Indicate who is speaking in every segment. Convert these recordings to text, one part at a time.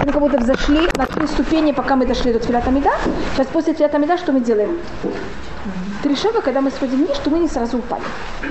Speaker 1: мы как будто взошли на 3 ступени, пока мы дошли до Тфилат Амида. Сейчас после Тфилат Амида что мы делаем? 3 шага, когда мы сходим вниз, что мы не сразу упали.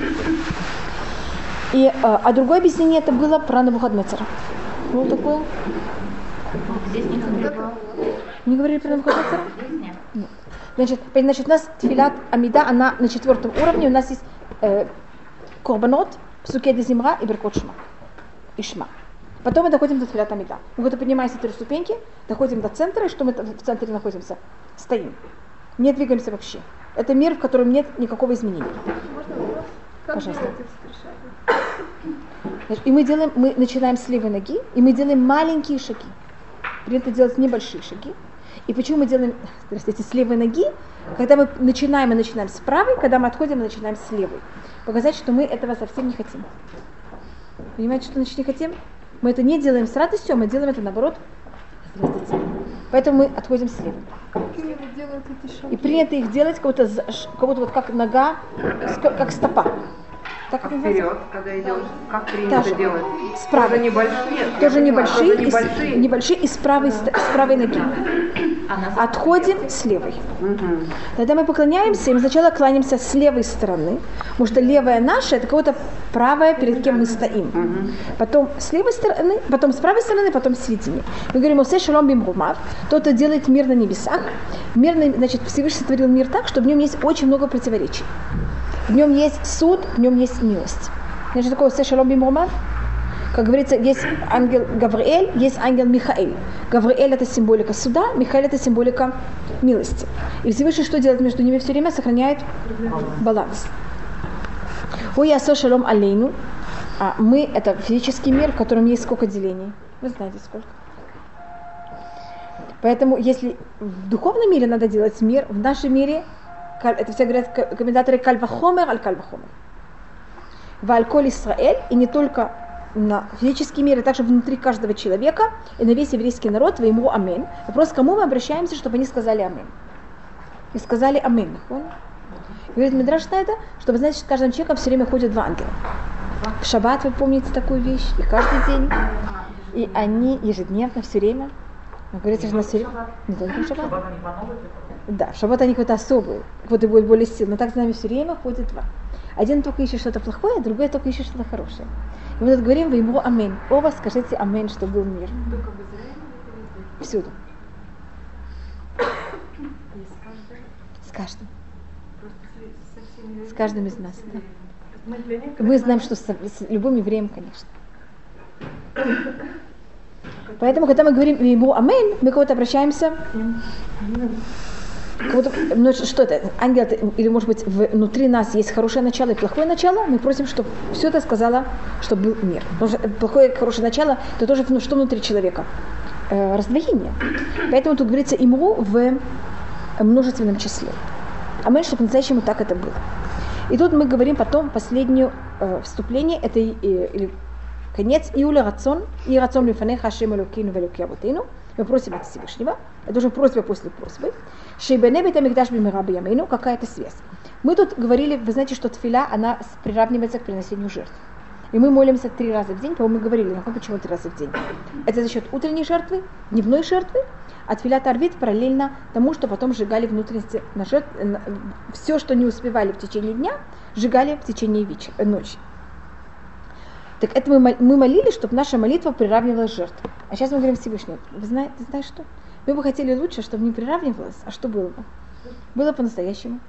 Speaker 1: А другое объяснение это было про Навуходоносора. Было такое?
Speaker 2: Здесь не говорили.
Speaker 1: Не говорили про Навуходоносора? Нет. Значит, у нас Тфилат Амида, она на 4 уровне. У нас есть Корбанот, Псуке де Зимра и Беркот Шма. И Шма. Потом мы доходим до Тфилат Амида. Мы когда поднимаемся 3 ступеньки, доходим до центра, и что мы в центре находимся? Стоим. Не двигаемся вообще. Это мир, в котором нет никакого изменения.
Speaker 3: Можно вопрос? Как
Speaker 1: Пожалуйста.
Speaker 3: делать эти 3 шага?
Speaker 1: Значит, и мы начинаем с левой ноги, и мы делаем маленькие шаги. Принято делать небольшие шаги. И почему мы делаем, с левой ноги? Когда мы начинаем с правой, когда мы отходим, мы начинаем с левой. Показать, что мы этого совсем не хотим. Понимаете, что значит не хотим? Мы это не делаем с радостью, а мы делаем это наоборот. Поэтому мы отходим с левой.
Speaker 3: Как именно делают эти шаги?
Speaker 1: И принято их делать как будто вот как нога, как стопа. Так
Speaker 4: А
Speaker 1: это
Speaker 4: вперед, когда идешь, как принято
Speaker 1: Тоже.
Speaker 4: делать?
Speaker 1: Справа.
Speaker 4: Тоже небольшие?
Speaker 1: Тоже
Speaker 4: Я понимаю,
Speaker 1: небольшие,
Speaker 4: тоже небольшие.
Speaker 1: небольшие и с правой ноги. Отходим с левой.
Speaker 4: Мгм.
Speaker 1: Тогда мы поклоняемся, и мы сначала кланяемся с левой стороны, потому что левая наша это кого-то правая, перед кем мы стоим. Потом с левой стороны, потом с правой стороны, потом в середине. Мы говорим: «Осе шалом бимрумав», тот, кто делает мир на небесах. Значит, Всевышний сотворил мир так, что в нем есть очень много противоречий. В нем есть суд, в нем есть милость. Значит, такое «Осе шалом бимрумав». Как говорится, есть ангел Гавриэль, есть ангел Михаэль. Гавриэль это символика суда, Михаэль это символика милости. И Всевышний что делает между ними? Все время сохраняет баланс. Ой, ясо шалом алейну. А мы это физический мир, в котором есть сколько делений? Вы знаете сколько. Поэтому если в духовном мире надо делать мир, в нашем мире, это все говорят комментаторы, кальвахомер аль кальвахомер. Вальколь Исраэль, и не только на физический мир, а также внутри каждого человека и на весь еврейский народ, ему амин. Вопрос, к кому мы обращаемся, чтобы они сказали амин. И сказали амин. Говорит Мидраш на это, что вы знаете, что с каждым человеком все время ходят 2 ангела. В шаббат вы помните такую вещь, и каждый день. И они ежедневно, все время. Говорится, что на все время. Не только в шаббат. Да, в шаббат они какой-то особый, какой-то будет более сил. Но так с нами все время ходят 2. Один только ищет что-то плохое, а другой только ищет что-то хорошее. И мы тут говорим: вы ему амин. Оба скажите амин, что был мир.
Speaker 3: Только в Израиле или везде?
Speaker 1: Всюду.
Speaker 3: И с каждым?
Speaker 1: С каждым.
Speaker 3: Просто со всеми
Speaker 1: С каждым из нас. Да.
Speaker 3: Мы для некоторых
Speaker 1: Мы знаем, что с любым евреем, конечно. Поэтому, когда мы говорим ему амин, мы к кому-то обращаемся. Ну, что это? Ангел, или может быть внутри нас есть хорошее начало и плохое начало, мы просим, чтобы все это сказала, чтобы был мир. Потому что плохое и хорошее начало, это тоже что внутри человека? Раздвоение. Поэтому тут говорится имру в множественном числе. Амин, чтобы по-настоящему так это было. И тут мы говорим потом последнее вступление, это или конец Иуля Рацон, и Рацон Лифанеха Ашем Элокейну Велокей Авотейну. Мы просим от Всевышнего. Это уже просьба после просьбы. Шейбене бейт амикдаш бимира б'ямейну. Какая-то связь. Мы тут говорили, вы знаете, что тфиля, она приравнивается к приношению жертв. И мы молимся 3 раза в день. По-моему, мы говорили, но почему 3 раза в день? Это за счет утренней жертвы, дневной жертвы, а тфиля тарвит параллельно тому, что потом сжигали внутренности на жертв. Все, что не успевали в течение дня, сжигали в течение ночи. Так это мы молились, чтобы наша молитва приравнивалась жертве. А сейчас мы говорим Всевышнему: ты знаешь что? Мы бы хотели лучше, чтобы не приравнивалось, а что было бы? Было по-настоящему.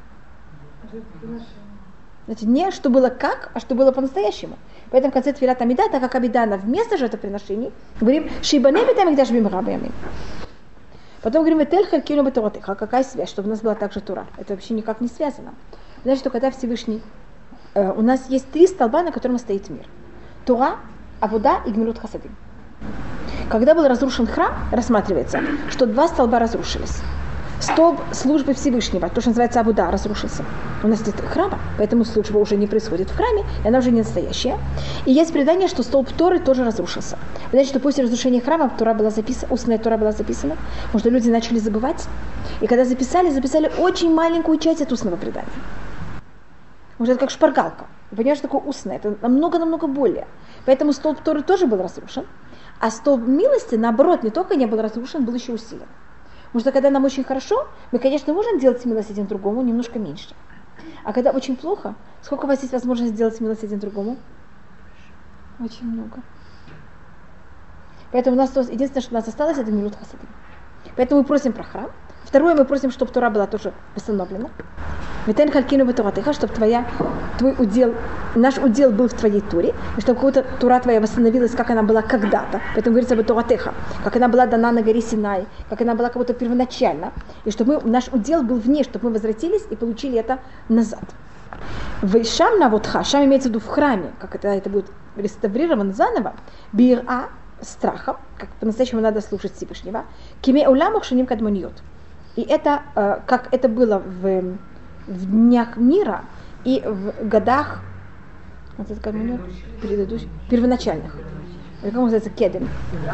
Speaker 1: Значит, не что было как, а что было по-настоящему. Поэтому в конце Тфилат Амида, так как Амида, она вместо жертвоприношений, говорим «Шибане бит амикдаш бимира б'ямейну». Потом говорим «Этель халькину б'торатеха». Какая связь, чтобы у нас была также Тора? Это вообще никак не связано. Значит, что когда Всевышний, у нас есть 3 столба, на котором стоит мир. Тора, Авода и Гмилут Хасадим. Когда был разрушен храм, рассматривается, что 2 столба разрушились. Столб службы Всевышнего, то, что называется Авода, разрушился. У нас нет храма, поэтому служба уже не происходит в храме, и она уже не настоящая. И есть предание, что столб Торы тоже разрушился. Вы знаете, что после разрушения храма Тора была записана, устная Тора была записана, потому что люди начали забывать. И когда записали очень маленькую часть от устного предания. Может, это как шпаргалка. Вы понимаете, что такое устное? Это намного-намного более. Поэтому столб Торы тоже был разрушен. А столб милости, наоборот, не только не был разрушен, был еще усилен. Потому что когда нам очень хорошо, мы, конечно, можем делать милость один другому немножко меньше. А когда очень плохо, сколько у вас есть возможность сделать милость один другому? Очень много. Поэтому у нас единственное, что у нас осталось, это милут хасадим. Поэтому мы просим про храм. Второе, мы просим, чтобы Тора была тоже восстановлена. Витен халькину бетуратыха, чтобы твой удел, наш удел был в твоей Торе, и чтобы какая-то Тора твоя восстановилась, как она была когда-то. Поэтому говорится бетуратыха, как она была дана на горе Синай, как она была как будто первоначально, и чтобы наш удел был вне, чтобы мы возвратились и получили это назад. В Шам наводха, Шам имеется в виду в храме, как это будет реставрировано заново, бир-а, страхом, как по-настоящему надо слушать Всевышнего, киме уламах шуним кадмониот. И это, как это было в днях мира и в годах предыдущих, первоначальных. Как называется кедем?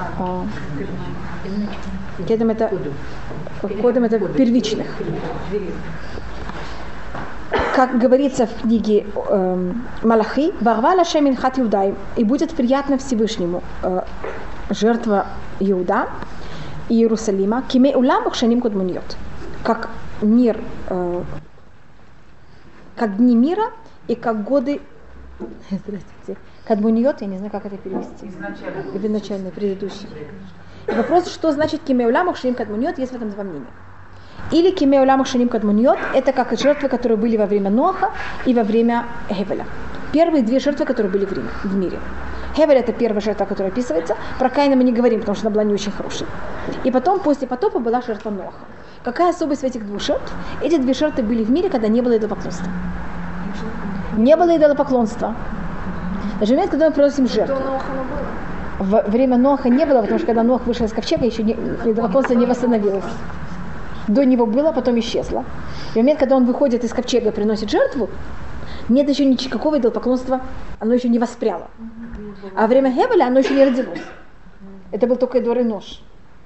Speaker 1: Кедем это кодем это первичных. Как говорится в книге Малахи, «Варва лашем минхат Иудаим», и будет приятно Всевышнему жертва Иуда и Иерусалима, кимей улам ухшаним кодмуниот, как мир, как дни мира и как годы, кадмуниот, я не знаю, как это перевести, изначальные, предыдущие. И вопрос, что значит кимей улам ухшаним кодмуниот, есть в этом два мнения. Или кимей улам ухшаним кодмуниот, это как жертвы, которые были во время Ноаха и во время Хевеля. Первые две жертвы, которые были в мире. Хевель — это первая жертва, которая описывается. Про Каина мы не говорим, потому что она была не очень хорошей. И потом, после потопа, была жертва Ноаха. Какая особенность в этих двух жертв? Эти две жертвы были в мире, когда не было идолопоклонства. Не было идолопоклонства. Даже в момент, когда мы приносим жертву. В время Ноаха не было, потому что когда Ноах вышел из ковчега, еще идолопоклонство не восстановилось. До него было, потом исчезло. И в момент, когда он выходит из ковчега и приносит жертву, нет еще никакого идолопоклонства, оно еще не воспряло. А во время Хевеля оно еще не родилось. Это был только Эдор и Нож.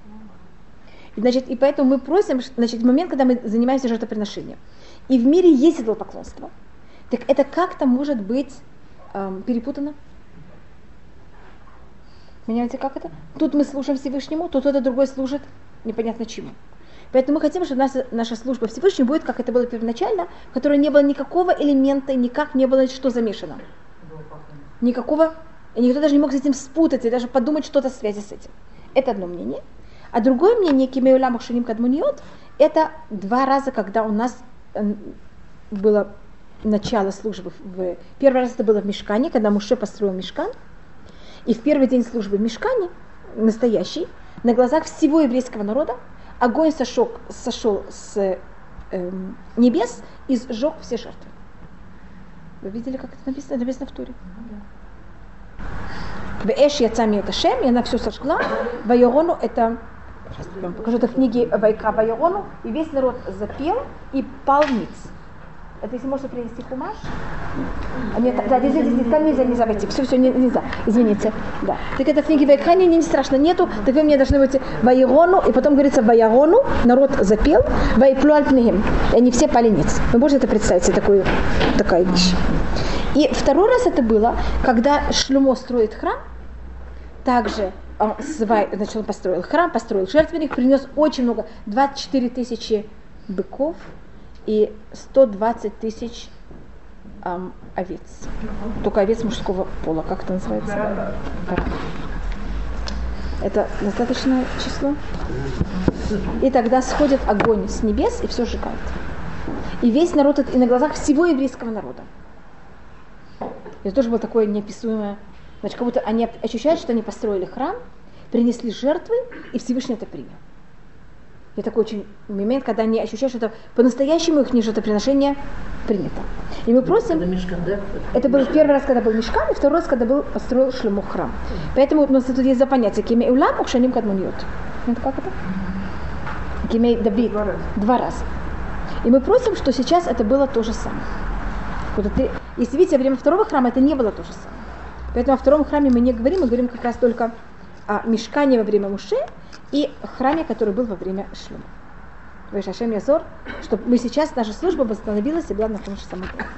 Speaker 1: И поэтому мы просим, в момент, когда мы занимаемся жертвоприношением, и в мире есть идолопоклонство, так это как-то может быть перепутано. Понимаете, как это? Тут мы служим Всевышнему, тут кто-то другой служит непонятно чему. Поэтому мы хотим, чтобы наша служба Всевышнему будет, как это было первоначально, в которой не было никакого элемента, никак не было что замешано. Никакого, и никто даже не мог с этим спутаться и даже подумать что-то в связи с этим. Это одно мнение. А другое мнение, кимей улам ухшаним кадмуниот, это два раза, когда у нас было начало службы. Первый раз это было в Мишкане, когда Моше построил Мишкан. И в первый день службы в Мишкане, настоящий, на глазах всего еврейского народа, огонь сошел с небес и сжег все жертвы. Вы видели, как это написано? Это написано в Торе. Вэш яцами это Шем, и она все сожгла. Вайорону это, сейчас я вам покажу, это в книге Вайкра Вайорону, и весь народ запел и пал ниц. Это если можете принести хумаш. Нет, да, здесь там нельзя войти. Все, нельзя. Извините. Да. Так это в книге Вайкра не страшно, нету. Так вы мне должны выйти Вайорону, и потом говорится Вайорону, народ запел, Вайплю альпнехим. И они все пали ниц. Вы можете это представить себе такая вещь. И второй раз это было, когда Шломо строит храм, также он построил храм, построил жертвенник, принес очень много, 24 тысячи быков и 120 тысяч овец. Только овец мужского пола, как это называется? Это достаточное число. И тогда сходит огонь с небес и все сжигает. И весь народ, и на глазах всего еврейского народа. Это тоже было такое неописуемое. Значит, как будто они ощущают, что они построили храм, принесли жертвы, и Всевышний это принял. Это такой очень момент, когда они ощущают, что это по-настоящему их жертвоприношение принято. И мы просим... Это был первый раз, когда был Мишкан, и второй раз, когда построил Шломо храм. Поэтому у нас тут есть за понятие кимей улам ухшаним кадмуниот. Это как это? Кимей Давид. Два раза. И мы просим, что сейчас это было то же самое. Если видите, во время второго храма это не было то же самое. Поэтому о втором храме мы не говорим, мы говорим как раз только о Мишкане во время Моше и храме, который был во время Шломо. Вэшашем Язор, чтобы мы сейчас, наша служба восстановилась и была на том же самом уровне.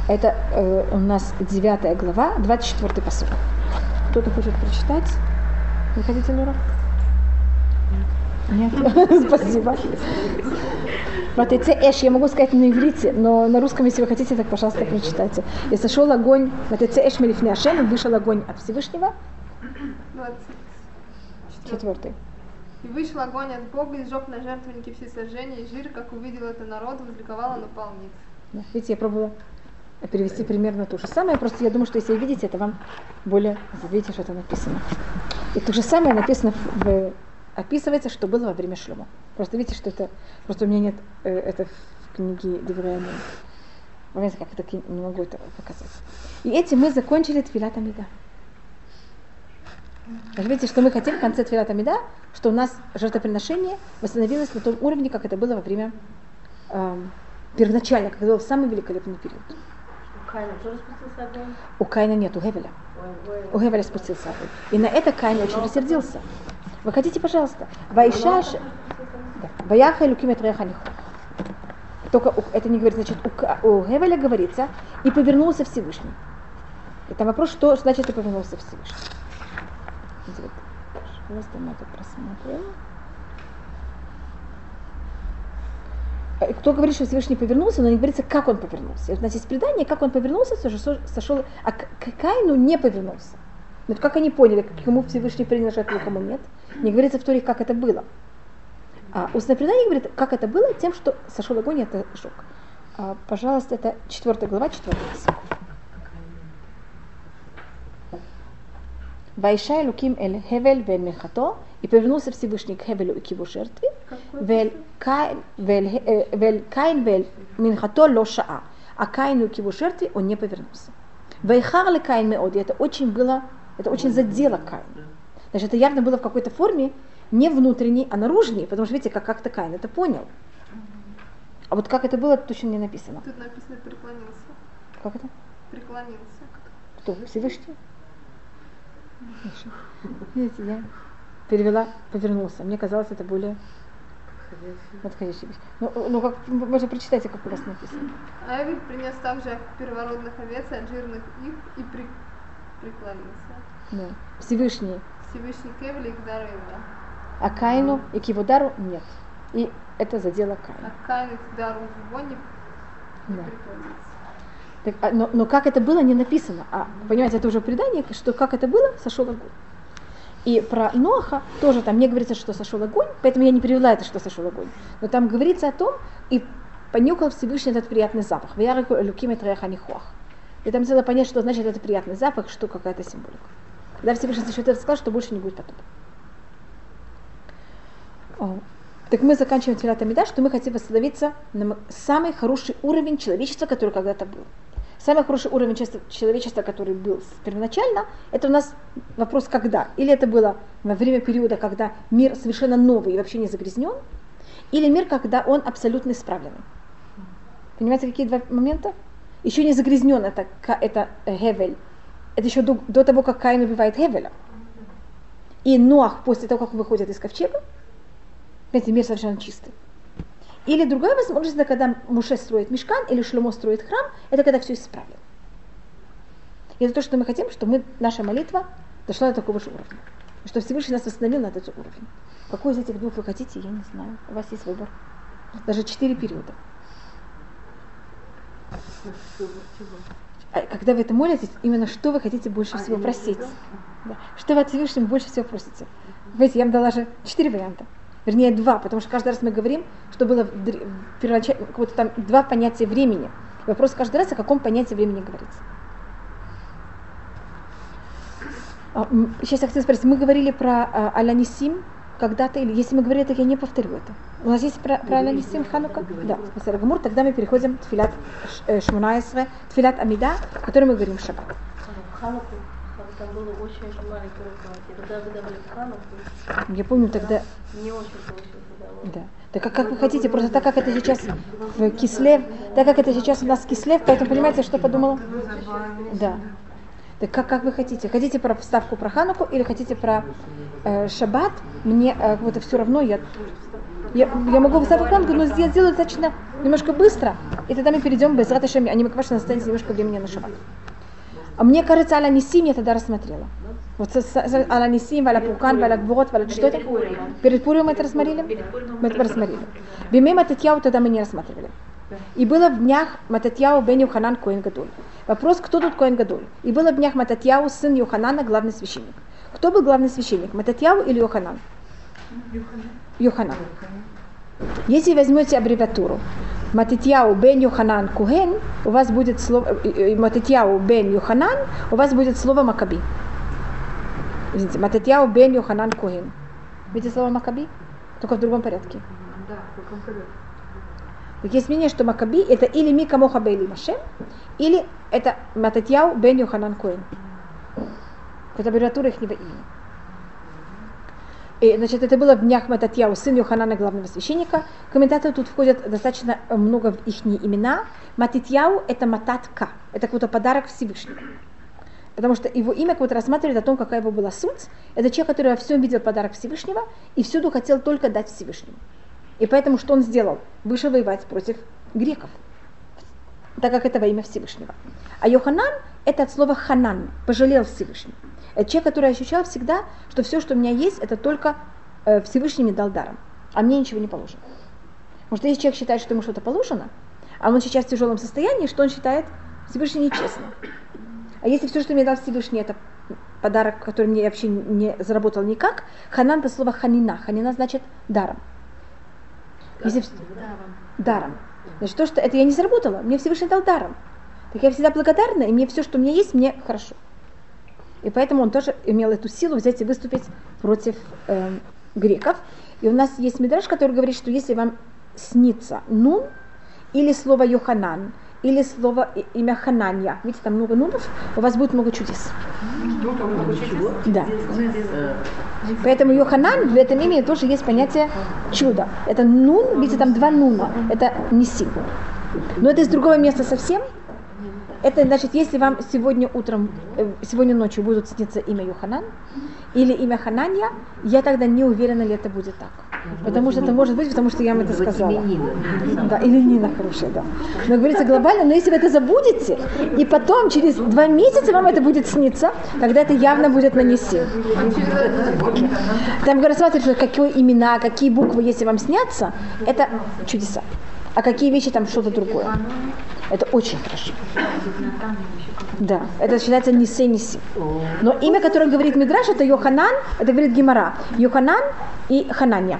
Speaker 1: Это у нас 9 глава, 24 пасук. Кто-то хочет прочитать? Вы хотите, Лера? Нет? Спасибо. Ватеце эш, я могу сказать на иврите, но на русском, если вы хотите, так, пожалуйста, прочитайте. И сошел огонь, ватеце эш мелифне Ашем, вышел огонь от Всевышнего. 24.
Speaker 5: И вышел огонь от Бога, и сжег на жертвеннике все сожжения, и жир, как увидел это народ, возликовал и напал ниц.
Speaker 1: Да, видите, я пробовала перевести примерно то же самое, просто я думаю, что если вы видите, это вам более видите, что это написано. И то же самое написано описывается, что было во время Шломо. Просто видите, что это, просто у меня нет это в книге Деврей Амин. Вы знаете, как это не могу это показать. И этим мы закончили Тфилат Амида. Видите, что мы хотим в конце Тфилат Амида, что у нас жертвоприношение восстановилось на том уровне, как это было во время первоначально, когда был самый великолепный период.
Speaker 2: У Каина тоже спустился огонь?
Speaker 1: У Каина нет, у Гевеля. У Гевеля спустился огонь. И на это Каин очень рассердился. Вы хотите, пожалуйста? Вайшаш. Ваяха и Луким Этреханиху. Только это не говорится, значит, у Гевеля говорится, и повернулся Всевышний. Это вопрос, что значит и повернулся Всевышний. Просто мы это просмотрим. Кто говорит, что Всевышний повернулся, но не говорится, как он повернулся. У нас есть предание, как он повернулся, сошел, а к Каину не повернулся. Но как они поняли, кому Всевышний принял жертву, кому нет, не говорится в Торе, как это было. А устное предание говорит, как это было, тем, что сошел огонь, это жег. Пожалуйста, это 4 глава, 4 стих. Вайшай луким эль хевель вель минхато, и повернулся Всевышний к Хевелю и к его жертве. Вель каин вель минхато ло шаа, а Каину и к его жертве он не повернулся. Вайхар ли Каин меоди, это очень задело Каина. Значит, это явно было в какой-то форме не внутренней, а наружней, потому что видите, как-то Каин это понял. А вот как это было, точно не написано.
Speaker 5: Тут написано преклонился.
Speaker 1: Как это?
Speaker 5: Преклонился.
Speaker 1: Кто? Всевышний? Видите, я перевела, повернулся. Мне казалось, это более подходящий. Ну как, можно прочитайте, как у вас написано.
Speaker 5: А Эвид принес также первородных овец от жирных их и преклонился.
Speaker 1: Да. Всевышний
Speaker 5: Всевышний Кевель и к дару Иуда.
Speaker 1: А Каину и к его дару нет. И это задело Каина.
Speaker 5: А Каин и к дару его не
Speaker 1: Да.
Speaker 5: преклонился.
Speaker 1: Так, но как это было, не написано. А понимаете, это уже предание, что как это было, сошел огонь. И про Ноаха тоже там не говорится, что сошел огонь, поэтому я не перевела это, что сошел огонь. Но там говорится о том, и понюхал Всевышний этот приятный запах. И там надо понять, что значит это приятный запах, что какая-то символика. Когда Всевышний что-то сказал, что больше не будет потопа. Так мы заканчиваем Тфилат Амида, что мы хотим восстановиться на самый хороший уровень человечества, который когда-то был. Самый хороший уровень человечества, который был первоначально, это у нас вопрос когда. Или это было во время периода, когда мир совершенно новый и вообще не загрязнен, или мир, когда он абсолютно исправленный. Понимаете, какие два момента? Еще не загрязнен это Гевель. Это еще до того, как Каин убивает Гевеля. И Ноах после того, как он выходит из ковчега, понимаете, мир совершенно чистый. Или другая возможность, это когда Моше строит мишкан, или Шломо строит храм, это когда все исправлено. И это то, что мы хотим, чтобы наша молитва дошла до такого же уровня. Что Всевышний нас восстановил на этот уровень. Какой из этих двух вы хотите, я не знаю. У вас есть выбор. Даже 4 периода. Когда вы это молитесь, именно что вы хотите больше всего просить. Да. Что вы от Всевышнего больше всего просите. Видите, я вам дала же 4 варианта. Вернее, 2, потому что каждый раз мы говорим, что было первоначально, какое-то там 2 понятия времени. Вопрос каждый раз, о каком понятии времени говорится. Сейчас я хотела спросить, мы говорили про Аланисим когда-то, или если мы говорили, то я не повторю это. У нас есть про Аланисим Ханука? Да, спасибо, Гамур. Тогда мы переходим к Тфилат Шмунайсре, Тфилат Амида, о котором мы говорим в шаббат.
Speaker 2: Хануку. Там было очень маленькое руководство. Когда вы давали в Хануку,
Speaker 1: я помню тогда.
Speaker 2: Не очень получилось.
Speaker 1: Да. Так как вы хотите, просто так как это сейчас в Кислев, так как это сейчас у нас Кислев, поэтому понимаете, что подумала? Да. Так как вы хотите? Хотите про вставку про Хануку или хотите про шаббат? Мне вот все равно, я могу вставку Хануку, но я сделаю достаточно, немножко быстро, и тогда мы перейдем без раташем, а не макваш, на останется немножко времени на шаббат. А мне кажется, Аля Нисим я тогда рассмотрела. Вот Аля Нисим, Валя Пукан, Валя Гворот, Валя что это? Перед Пуримом это рассмотрели? Мы это рассмотрели. Бимей Мататьяу тогда мы не рассматривали. И было в днях Мататьяу бен Йоханан Коэн Гадоль. Вопрос, кто тут Коэн Гадоль? И было в днях Мататьяу, сын Йоханана, главный священник. Кто был главный священник, Мататьяу или Йоханан? Йоханан. Если возьмете аббревиатуру Мататьяу бен Йоханан Коэн, у вас будет слово Мататьяу бен Йоханан, у вас будет слово Макаби. Извините, Мататьяу бен Йоханан Коэн. Видите слово Макаби? Только в другом порядке.
Speaker 4: Да, в каком порядке?
Speaker 1: Так есть мнение, что Макаби это или Мика Моха Бейли Машем, или это Мататьяу бен Йоханан Коэн. Это аббревиатура их имени. И, значит, это было в днях Мататьяу, сын Йоханана, главного священника. Комментаторы тут входят достаточно много в их имена. Мататьяу это Мататка, это какой-то подарок Всевышнему. Потому что его имя как-то рассматривает о том, какая его была суть. Это человек, который во всем видел подарок Всевышнего и всюду хотел только дать Всевышнему. И поэтому что он сделал? Вышел воевать против греков, так как это во имя Всевышнего. А Йоханан это от слова ханан, пожалел Всевышнего. Это человек, который ощущал всегда, что все, что у меня есть, это только Всевышний мне дал даром, а мне ничего не положено. Потому что если человек считает, что ему что-то положено, а он сейчас в тяжелом состоянии, что он считает? Всевышний нечестно. А если все, что мне дал Всевышний, это подарок, который мне вообще не заработал никак, ханан это слово ханина. Ханина значит даром. Если... Даром. Значит, то, что это я не заработала, мне Всевышний дал даром. Так я всегда благодарна, и мне все, что у меня есть, мне хорошо. И поэтому он тоже имел эту силу взять и выступить против греков. И у нас есть мидраш, который говорит, что если вам снится нун, или слово Йоханан, или слово имя Хананья, видите, там много нунов, у вас будет много чудес. Да. Поэтому Йоханан, в этом имени тоже есть понятие чуда. Это нун, видите, там два нуна, это нисим. Но это из другого места совсем. Это значит, если вам сегодня утром, сегодня ночью будут сниться имя Йоханан или имя Хананья, я тогда не уверена, ли это будет так. Потому что это может быть, потому что я вам это сказала. Да, или Нина хорошая, да. Но говорится глобально, но если вы это забудете, и потом через 2 месяца вам это будет сниться, тогда это явно будет нанесено. Там рассматривается, какие имена, какие буквы, если вам снятся, это чудеса. А какие вещи там что-то другое. Это очень хорошо. Да, это считается нисе. Но имя, которое говорит Мидраш, это Йоханан, это говорит Гемара. Йоханан и Хананья.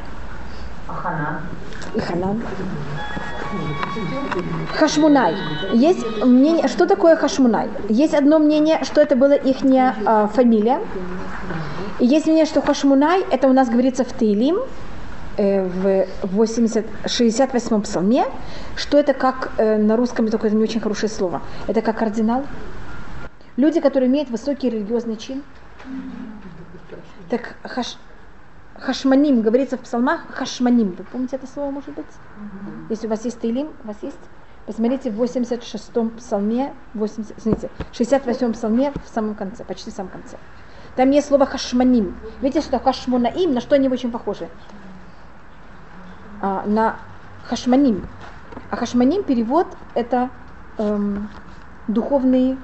Speaker 1: И Ханан. Хашмунай. Есть мнение, что такое Хашмунай? Есть одно мнение, что это была их фамилия. И есть мнение, что Хашмунай, это у нас говорится в Теилим, в 68-м псалме, что это как на русском, только это не очень хорошее слово, это как кардинал. Люди, которые имеют высокий религиозный чин. Так хашманим, говорится в псалмах, хашманим. Вы помните это слово, может быть? Если у вас есть Теилим, у вас есть? Посмотрите в 86-м псалме, 68-м псалме в самом конце, почти в самом конце. Там есть слово хашманим. Видите, что хашмунаим, на что они очень похожи? На хашманим. А хашманим перевод это духовные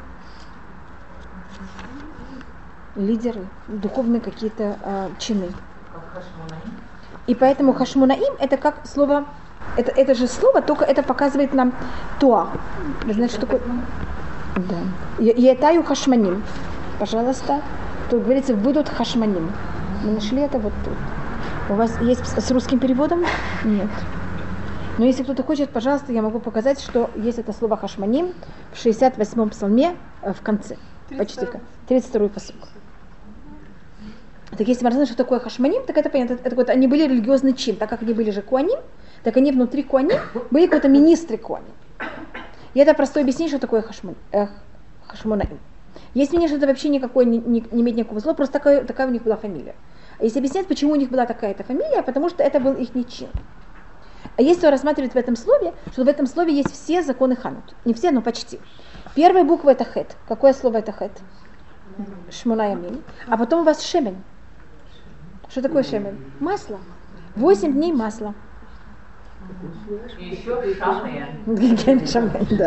Speaker 1: лидеры, духовные какие-то чины. И поэтому хашмунаим это как слово, это же слово, только это показывает нам туа. Вы знаете, что такое? Да. Етаю хашманим. Пожалуйста. Тут говорится, выйдут хашманим. Мы нашли это вот тут. У вас есть с русским переводом? Нет. Но если кто-то хочет, пожалуйста, я могу показать, что есть это слово хашманим в 68-м псалме в конце. Почти 32-й пасук. Так если мы рассмотрим, что такое хашманим, так это понятно. Это вот, они были религиозный чин. Так как они были же куаним, так они внутри куаним были какие-то министры куаним. И это простое объяснение, что такое хашмунаим. Есть мнение, что это вообще никакое, не имеет никакого зла, просто такая у них была фамилия. А если объяснять, почему у них была такая-то фамилия, потому что это был их чин. А если рассматривать в этом слове, что в этом слове есть все законы Ханут. Не все, но почти. Первая буква это хет. Какое слово это хет? Шмунаямин. А потом у вас шемен. Что такое шемен? Масло. 8 дней масла.
Speaker 6: И еще шамэн.
Speaker 1: Ген Шамен, да.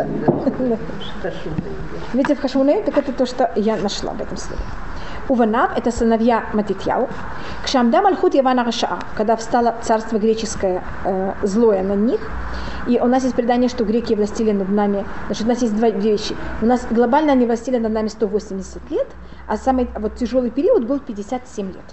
Speaker 1: Видите, в Хашмонею, так это то, что я нашла в этом слове. Уванав – это сыновья Матитьяу. Кшамда Мальхут Явана Рашаа, когда встало царство греческое злое на них. И у нас есть предание, что греки властили над нами. Значит, у нас есть две вещи. У нас глобально они властили над нами 180 лет, а самый вот тяжелый период был 57 лет.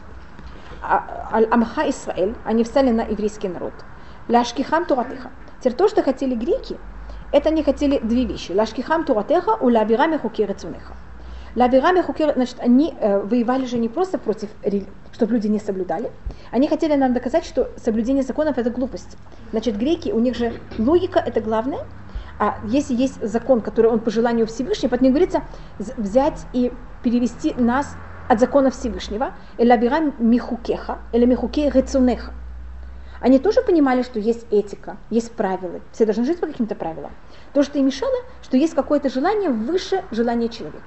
Speaker 1: Амха Исраэль, они встали на еврейский народ. Лашкихам Туратеха. Теперь то, что хотели греки, это они хотели две вещи. Лашкихам Туратеха у лабирами хуки рецунеха. Лабирами хуки, значит, они воевали же не просто против, чтобы люди не соблюдали. Они хотели нам доказать, что соблюдение законов это глупость. Значит, греки, у них же логика это главное. А если есть закон, который он по желанию Всевышнего, потом говорится, взять и перевести нас от закона Всевышнего, лабирам михукеха, или михуке рецунеха. Они тоже понимали, что есть этика, есть правила. Все должны жить по каким-то правилам. То, что им мешало, что есть какое-то желание выше желания человека.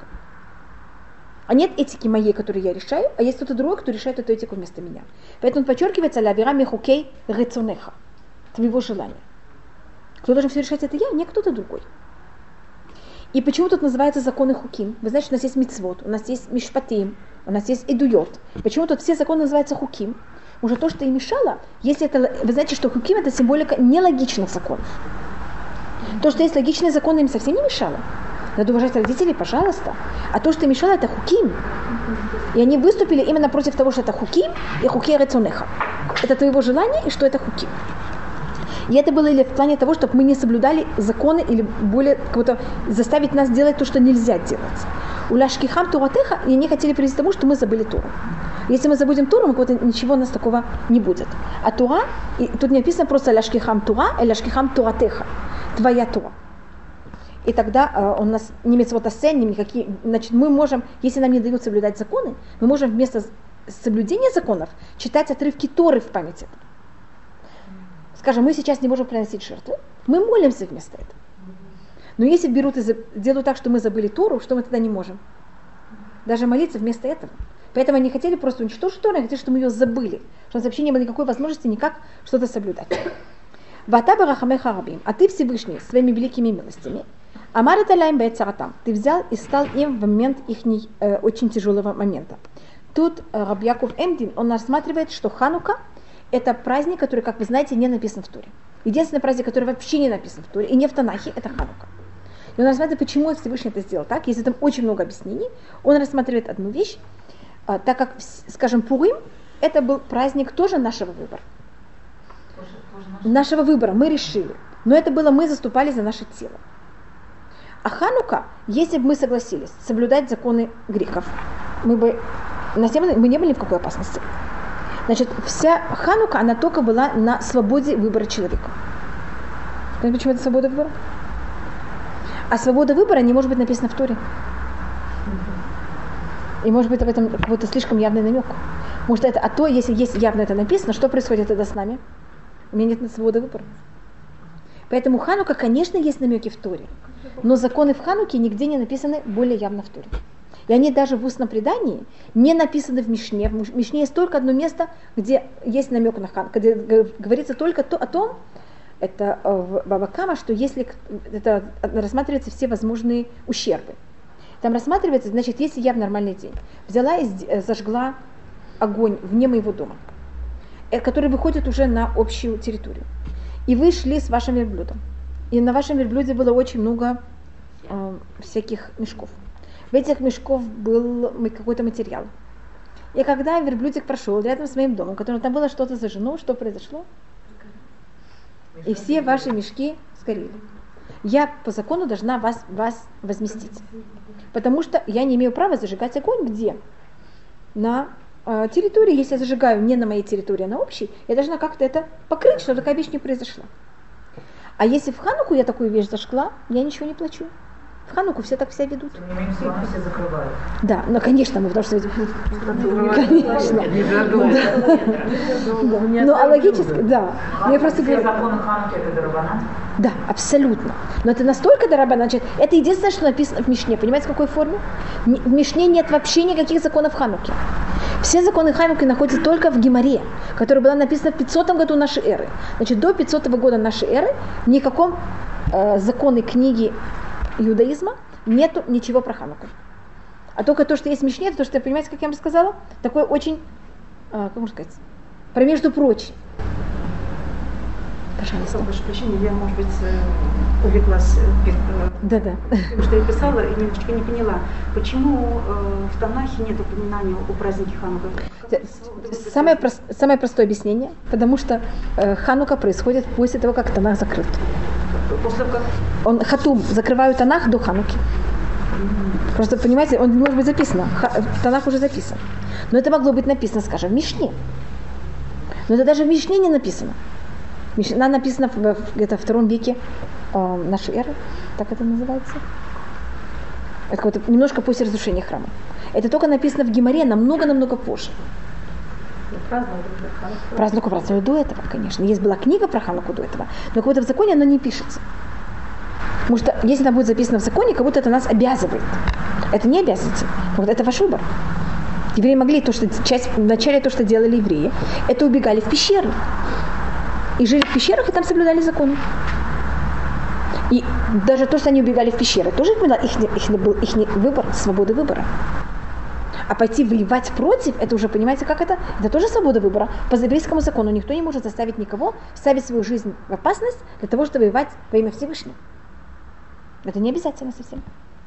Speaker 1: А нет этики моей, которую я решаю, а есть кто-то другой, кто решает эту этику вместо меня. Поэтому подчеркивается «Лавира мехукей рецунеха» – твоего желания. Кто должен все решать, это я, не кто-то другой. И почему тут называются законы хуким? Вы знаете, у нас есть мицвот, у нас есть мишпатим, у нас есть идуйот. Почему тут все законы называются хуким? Уже то, что им мешало, если это, вы знаете, что хуким это символика нелогичных законов. То, что есть логичные законы, им совсем не мешало. Надо уважать родителей, пожалуйста. А то, что им мешало, это хуким. И они выступили именно против того, что это хуким и хуке рецунеха. Это твоего желания и что это хуким. И это было или в плане того, чтобы мы не соблюдали законы или более как-то заставить нас делать то, что нельзя делать. У лашкихам туратеха, и они хотели привести к тому, что мы забыли Тору. Если мы забудем Тору, ничего у нас такого не будет. А Тора, и тут не написано просто ляшкихам Тора, а ляшкихам Туратеха, твоя Тора. И тогда у нас не мицвот-асе, никакие, значит, мы можем, если нам не дают соблюдать законы, мы можем вместо соблюдения законов читать отрывки Торы в памяти. Скажем, мы сейчас не можем приносить жертвы, мы молимся вместо этого. Но если берут и делают так, что мы забыли Тору, что мы тогда не можем? Даже молиться вместо этого. Поэтому они хотели просто уничтожить Тору, они хотели, чтобы мы ее забыли, чтобы вообще не было никакой возможности никак что-то соблюдать. Вата барахамеха рабим, а ты Всевышний своими великими милостями, амар эталайм бэцаратам, ты взял и стал им в момент их очень тяжелого момента. Тут Раб Яков Эмдин, он рассматривает, что Ханука это праздник, который, как вы знаете, не написан в Торе. Единственный праздник, который вообще не написан в Торе и не в Танахе, это Ханука. И он рассматривает, почему Всевышний это сделал так. Если там очень много объяснений, он рассматривает одну вещь, так как, скажем, Пурим, это был праздник тоже нашего выбора. Нашего выбора, мы решили. Но это было, мы заступали за наше тело. А Ханука, если бы мы согласились соблюдать законы греков, мы не были ни в какой опасности. Значит, вся Ханука, она только была на свободе выбора человека. Понимаете, почему это свобода выбора? А свобода выбора не может быть написана в Торе. И может быть об этом какой-то слишком явный намек. Может это, а то, если есть явно это написано, что происходит тогда с нами? У меня нет свободы выбора. Поэтому Ханука, конечно, есть намеки в Торе. Но законы в Хануке нигде не написаны более явно в Торе. И они даже в устном предании не написаны в Мишне. В Мишне есть только одно место, где есть намек на Хануку, где говорится только о том, это в Баба Кама, что если это рассматриваются все возможные ущербы. Там рассматривается, значит, если я в нормальный день взяла и зажгла огонь вне моего дома, который выходит уже на общую территорию, и вы шли с вашим верблюдом, и на вашем верблюде было очень много всяких мешков. В этих мешках был какой-то материал. И когда верблюдик прошел рядом с моим домом, в котором там было что-то зажжено, что произошло? И все ваши мешки сгорели. Я по закону должна вас возместить. Потому что я не имею права зажигать огонь где? На территории. Если я зажигаю не на моей территории, а на общей, я должна как-то это покрыть, чтобы такая вещь не произошла. А если в Хануку я такую вещь зажгла, я ничего не плачу. В Хануку все так себя ведут.
Speaker 6: Все закрывают.
Speaker 1: Да, ну конечно, мы потому что... Конечно. Ну, а логически, да. Я просто говорю...
Speaker 6: Законы Хануки это дарабанан?
Speaker 1: Да, абсолютно. Но это настолько дарабанан, значит, это единственное, что написано в Мишне. Понимаете, в какой форме? В Мишне нет вообще никаких законов Хануки. Все законы Хануки находятся только в Гемаре, которая была написана в 500 году нашей эры. Значит, до 500 года нашей эры в никаком законе книги иудаизма нету ничего про Хануку. А только то, что есть в Мишне, то, что, понимаете, как я вам рассказала, такое очень, как можно сказать, про между прочим. Пожалуйста.
Speaker 3: Прошу прощения, я, может быть, увлеклась
Speaker 1: Да-да.
Speaker 3: тем, что я писала, и немножечко не поняла, почему в Танахе нет упоминания о празднике Ханука?
Speaker 1: Самое простое объяснение, потому что Ханука происходит после того, как Танах закрыт.
Speaker 3: После того, как...
Speaker 1: Он хатум, закрывают Танах до Хануки. Просто, понимаете, он не может быть записано. Танах уже записан. Но это могло быть написано, скажем, в Мишне. Но это даже в Мишне не написано. Мишна написана где-то в 2 веке нашей эры, так это называется. Это вот немножко после разрушения храма. Это только написано в Гемаре намного-намного позже. Праздновали до этого, конечно. Есть была книга про Хануку до этого, но как будто в законе оно не пишется. Потому что если она будет записана в законе, как будто это нас обязывает. Это не обязательно. Вот это ваш выбор. Евреи могли вначале то, что делали евреи, это убегали в пещеры. И жили в пещерах, и там соблюдали законы. И даже то, что они убегали в пещеры, тоже был их выбор, свобода выбора. А пойти воевать против, это уже, понимаете, как это? Это тоже свобода выбора. По еврейскому закону никто не может заставить никого ставить свою жизнь в опасность для того, чтобы воевать во имя Всевышнего. Это не обязательно совсем.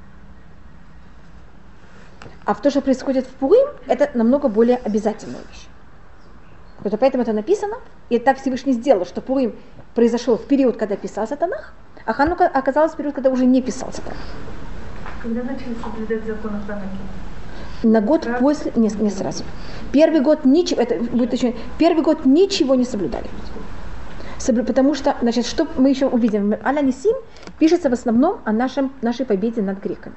Speaker 1: А то, что происходит в Пурим, это намного более обязательная вещь. Вот поэтому это написано, и так Всевышний сделал, что Пурим произошел в период, когда писался Танах, а Ханука оказалась в период, когда уже не писался Танах.
Speaker 3: Когда начали соблюдать закон о Танахе?
Speaker 1: На год после, не сразу. Первый год ничего, это будет еще, первый год ничего не соблюдали. Потому что, значит, что мы еще увидим, Аля Нисим пишется в основном о нашей победе над греками.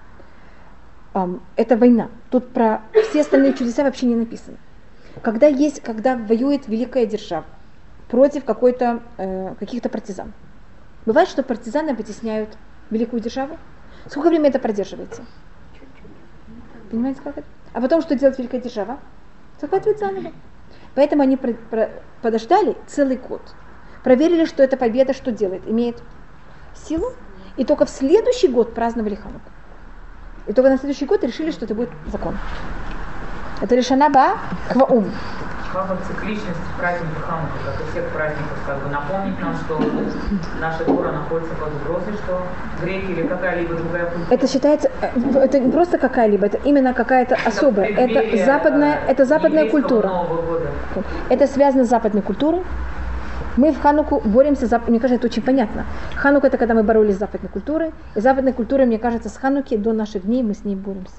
Speaker 1: Это война. Тут про все остальные чудеса вообще не написано. Когда воюет великая держава против каких-то партизан. Бывает, что партизаны вытесняют великую державу. Сколько времени это продерживается? Понимаете, как это? А потом что делает великая держава? Захватывает заново. Поэтому они подождали целый год. Проверили, что эта победа что делает? Имеет силу. И только в следующий год праздновали Хануку. И только на следующий год решили, что это будет закон. Это решена ба кваум.
Speaker 6: Как цикличность праздника Ханука, как и всех праздников, как бы напомнить нам, что наша Тора находится под угрозой, что греки или какая-либо другая культура.
Speaker 1: Это считается, это не просто какая-либо, это именно какая-то особая. Это западная культура. Это связано с западной культурой. Мы в Хануку боремся, мне кажется, это очень понятно. Ханука — это когда мы боролись с западной культурой. И западной культурой, мне кажется, с Хануки до наших дней мы с ней боремся.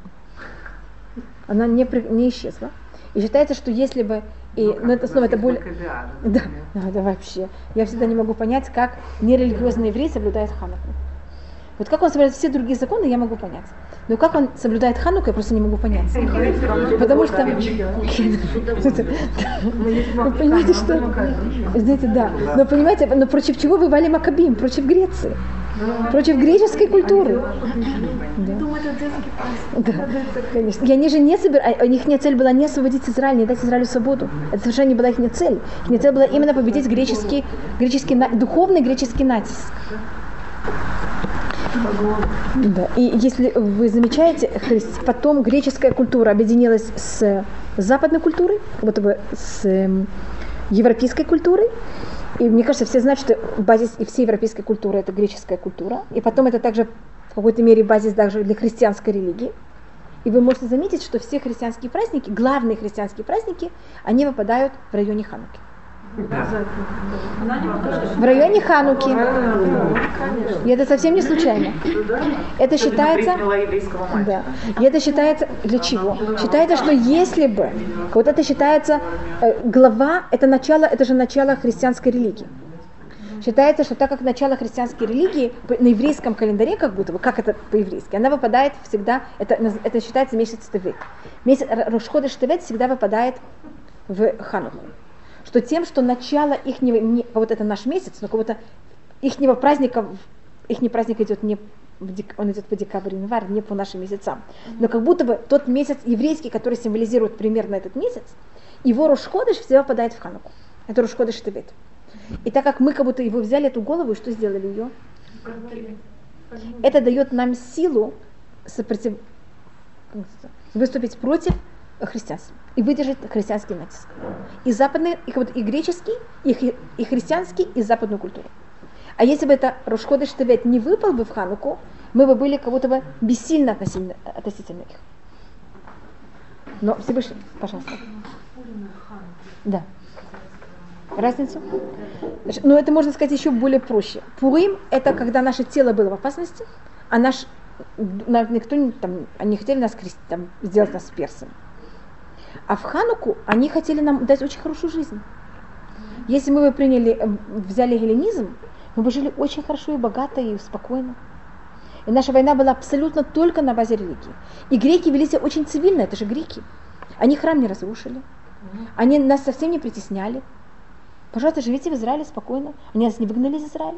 Speaker 1: Она не исчезла. И считается, что если бы... но это снова это более... Да, вообще. Я всегда не могу понять, как нерелигиозный еврей соблюдает Хануку. Вот как он соблюдает все другие законы, я могу понять. Но как он соблюдает Хануку, я просто не могу понять. Потому что... Вы понимаете, что... Знаете, да. Но понимаете, но против чего воевали Маккабим? Против Греции. Против греческой культуры.
Speaker 3: Думаю, это детский праздник.
Speaker 1: Да, конечно. И они же не собирались, их цель была не освободить Израиль, не дать Израилю свободу. Это совершенно не была их цель. Их цель была именно победить духовный греческий натиск. Да. И если вы замечаете, потом греческая культура объединилась с западной культурой, вот с европейской культурой. И мне кажется, все знают, что базис и всей европейской культуры это греческая культура. И потом это также в какой-то мере базис даже для христианской религии. И вы можете заметить, что все христианские праздники, главные христианские праздники, они выпадают в районе Хануки. В районе Хануки. И это совсем не случайно. Это считается... Да. И это считается для чего? Считается, что если бы... Вот это считается... Глава, это же начало христианской религии. Считается, что так как начало христианской религии на еврейском календаре, как будто бы, как это по-еврейски, она выпадает всегда... Это считается месяц Тевет. Месяц Рош ходеш Тевет всегда выпадает в Хануку. Что тем, что начало ихнего, вот это наш месяц, но какого-то ихнего праздника, ихний праздник идет не он идет по декабрь, январь, не по нашим месяцам. Но как будто бы тот месяц еврейский, который символизирует примерно этот месяц, его Рош Ходеш всегда попадает в Хануку. Это Рош Ходеш Тевет. И так как мы как будто его взяли, эту голову, и что сделали ее? Это дает нам силу выступить против христианства и выдержать христианский натиск. И западный, и греческий, и христианский, и западную культуру. А если бы это Рош Ходеш Тевет не выпал бы в Хануку, мы бы были как будто бы бессильны относительно их. Но Всевышний, пожалуйста. Да. Разницу? Но это можно сказать еще более проще. Пурим – это когда наше тело было в опасности, а никто там, они хотели нас сделать нас персами. А в Хануку они хотели нам дать очень хорошую жизнь. Если мы бы взяли эллинизм, мы бы жили очень хорошо и богато, и спокойно. И наша война была абсолютно только на базе религии. И греки вели себя очень цивильно, это же греки. Они храм не разрушили, они нас совсем не притесняли. Пожалуйста, живите в Израиле спокойно. Они нас не выгнали из Израиля.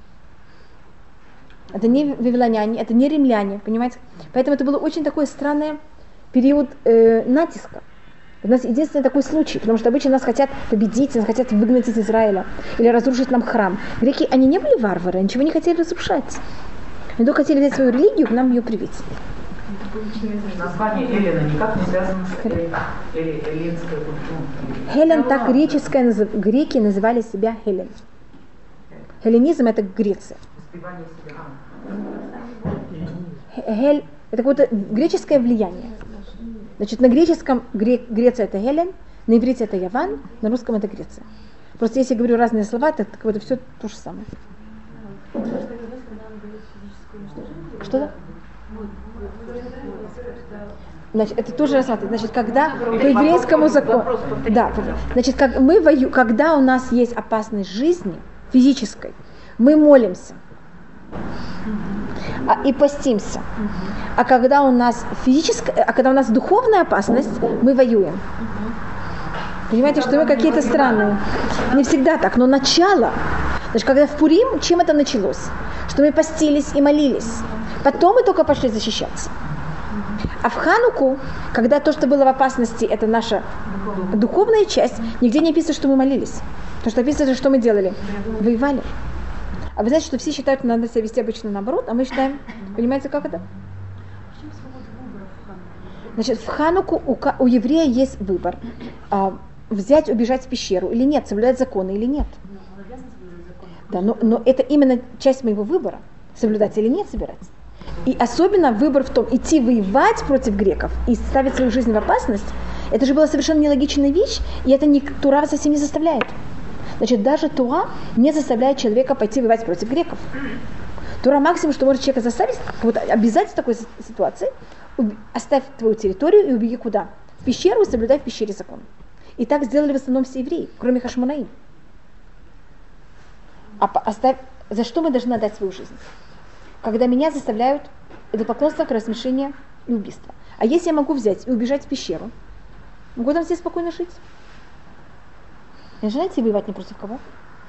Speaker 1: Это не вавилоняне, это не римляне, понимаете? Поэтому это был очень такой странный период натиска. У нас единственный такой случай, потому что обычно нас хотят победить, нас хотят выгнать из Израиля или разрушить нам храм. Греки, они не были варвары, ничего не хотели разрушать. Они только хотели взять свою религию, к нам ее привить.
Speaker 6: Название Эллина никак не связано с эллинской культурой.
Speaker 1: Хелен, так греки называли себя Хелен. Хелленизм – это Греция.
Speaker 6: Воспевание себя.
Speaker 1: Это какое-то греческое влияние. Значит, на греческом Греция – это Хелен, на иврите это Яван, на русском это Греция. Просто если я говорю разные слова, это как будто все то же самое. Что-то? Значит, это тоже рассматривается. Значит, когда по еврейскому закону, да, значит, когда у нас есть опасность жизни физической, мы молимся и постимся. А когда у нас когда у нас духовная опасность, мы воюем. Понимаете, что мы какие-то странные. Не всегда так, но начало. Значит, когда в Пурим, чем это началось? Что мы постились и молились. Потом мы только пошли защищаться. А в Хануку, когда то, что было в опасности, это наша духовная часть, нигде не написано, что мы молились. То, что написано, что мы делали. Воевали. А вы знаете, что все считают, что надо себя вести обычно наоборот, а мы считаем, понимаете, как это? Значит, в Хануку у еврея есть выбор. Взять, убежать в пещеру или нет, соблюдать законы или нет. Да, но это именно часть моего выбора, соблюдать или нет собираться. И особенно выбор в том, идти воевать против греков и ставить свою жизнь в опасность, это же была совершенно нелогичная вещь, и это Тура совсем не заставляет. Значит, даже Тура не заставляет человека пойти воевать против греков. Тура максимум, что может человека заставить, вот обязать в такой ситуации, оставь твою территорию и убеги куда? В пещеру и соблюдай в пещере закон. И так сделали в основном все евреи, кроме Хашмонаим. За что мы должны отдать свою жизнь? Когда меня заставляют идолопоклонство, рассмешение и убийство. А если я могу взять и убежать в пещеру, могу там все спокойно жить? Не желаете воевать не против кого?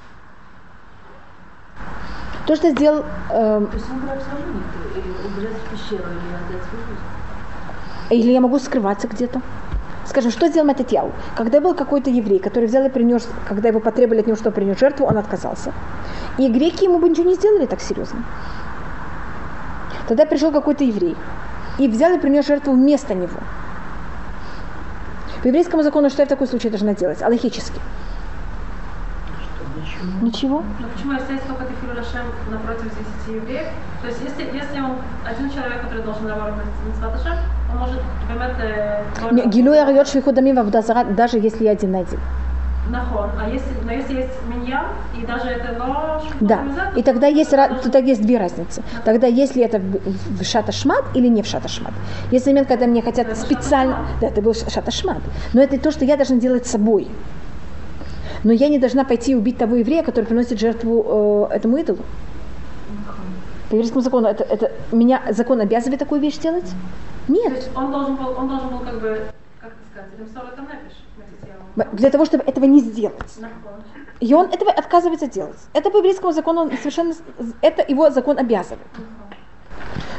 Speaker 1: То, что сделал...
Speaker 2: То есть выбор абсолютный, или убежать в пещеру, или отдать свою жизнь?
Speaker 1: Или я могу скрываться где-то. Скажем, что сделал Мататьяу? Когда был какой-то еврей, который взял и принес, когда его потребовали от него, что принес жертву, он отказался. И греки ему бы ничего не сделали так серьезно. Тогда пришел какой-то еврей и взял и принес жертву вместо него. По еврейскому закону, что я в такой случае должна делать? Аллахически. Ничего.
Speaker 2: Но почему, если есть только Тефилу Лашем напротив 10 евреев, то есть если он один человек, который должен работать на Мицват Ашем, он может
Speaker 1: Гилуй арьот швиху дамим вавода зара, даже если я один на один.
Speaker 2: Нахон. Но если есть миньян, и даже это
Speaker 1: да. И тогда есть две разницы. Тогда если это в шат-ашмат или не в шат-ашмат. Есть момент, когда мне хотят это специально... Да, это был шат-ашмат. Но это то, что я должна делать с собой. Но я не должна пойти и убить того еврея, который приносит жертву этому идолу. По еврейскому закону меня закон обязывает такую вещь делать? Нет.
Speaker 2: То есть он должен был как бы, как это сказать, ремсор это напишешь.
Speaker 1: Для того, чтобы этого не сделать. И он этого отказывается делать. Это по еврейскому закону совершенно... Это его закон обязывает.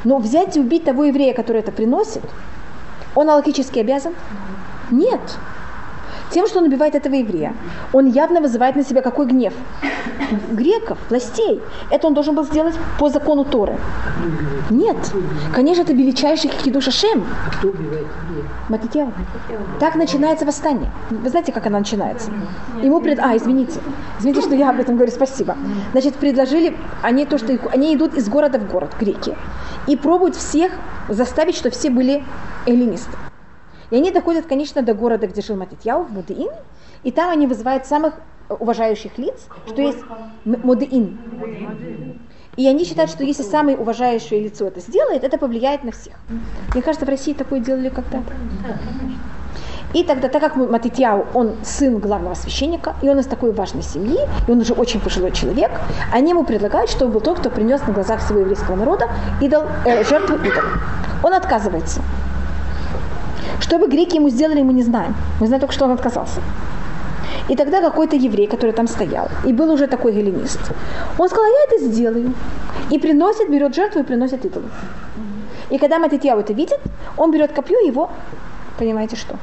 Speaker 1: Но взять и убить того еврея, который это приносит, он аллахически обязан? Нет. Тем, что он убивает этого еврея, он явно вызывает на себя какой гнев? Греков, властей. Это он должен был сделать по закону Торы. Нет. Конечно, это величайший кидуш Ашем.
Speaker 7: А кто убивает еврея?
Speaker 1: Матитьяу. Так начинается восстание. Вы знаете, как оно начинается? Извините, что я об этом говорю, спасибо. Значит, предложили, они идут из города в город, греки, и пробуют всех заставить, чтобы все были эллинисты. И они доходят, конечно, до города, где жил Матитьяу, в Модеин, и там они вызывают самых уважающих лиц, что есть Модеин. И они считают, что если самое уважающее лицо это сделает, это повлияет на всех. Мне кажется, в России такое делали когда-то. И тогда, так как Матитьяу, он сын главного священника, и он из такой важной семьи, и он уже очень пожилой человек, они ему предлагают, чтобы был тот, кто принес на глазах всего еврейского народа жертву идолу. Он отказывается. Что бы греки ему сделали, мы не знаем. Мы знаем только, что он отказался. И тогда какой-то еврей, который там стоял, и был уже такой гелленист, он сказал, я это сделаю. И берет жертву и приносит идолу. И когда Матитьяу это видит, он берет копье и его, понимаете что?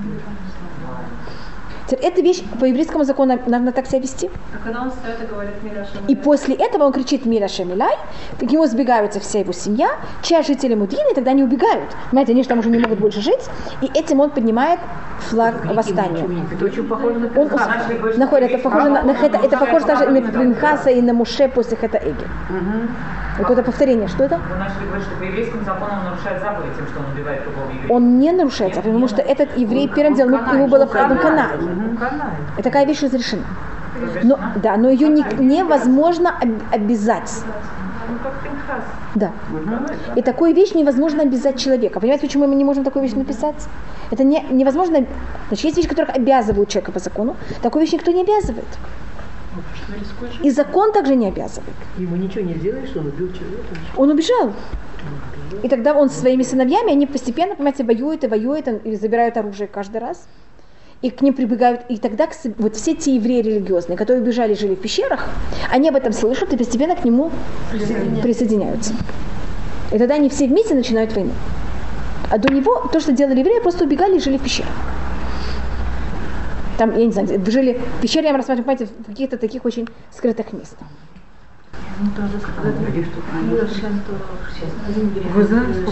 Speaker 1: Эта вещь по еврейскому закону надо так себя вести.
Speaker 2: А когда он встает и говорит «Миля Шем
Speaker 1: И после этого он кричит «Миля Шем Илай», к нему сбегаются вся его семья, часть жителей Мудины, и тогда они убегают. Понимаете, они же там уже не могут больше жить, и этим он поднимает флаг восстания.
Speaker 6: Это очень похоже на
Speaker 1: Это похоже даже на Пинхаса и на Муше после Хета Эгель. Какое-то повторение. Что это?
Speaker 6: Вы начали говорить, что по еврейскому закону он нарушает заповедь тем, что он убивает другого еврея.
Speaker 1: Он не нарушает заповедь, потому что этот еврей первым делом, ему было в Канае. И такая вещь разрешена. Но ее невозможно обязать. Да. И такую вещь невозможно обязать человека. Понимаете, почему мы не можем такую вещь написать? Это невозможно. Значит, есть вещи, которые обязывают человека по закону. Такую вещь никто не обязывает. И закон также не обязывает.
Speaker 7: Ему ничего не сделаешь, что он убил человека.
Speaker 1: Он убежал. И тогда он со своими сыновьями, они постепенно, понимаете, воюют и забирают оружие каждый раз. И к ним прибегают, и тогда вот все те евреи религиозные, которые убежали и жили в пещерах, они об этом слышат и постепенно к нему присоединяются. И тогда они все вместе начинают войну. А до него то, что делали евреи, просто убегали и жили в пещерах. Там, я не знаю, жили в пещере, я рассматриваю, понимаете, в каких-то таких очень скрытых местах.
Speaker 6: Вы знаете,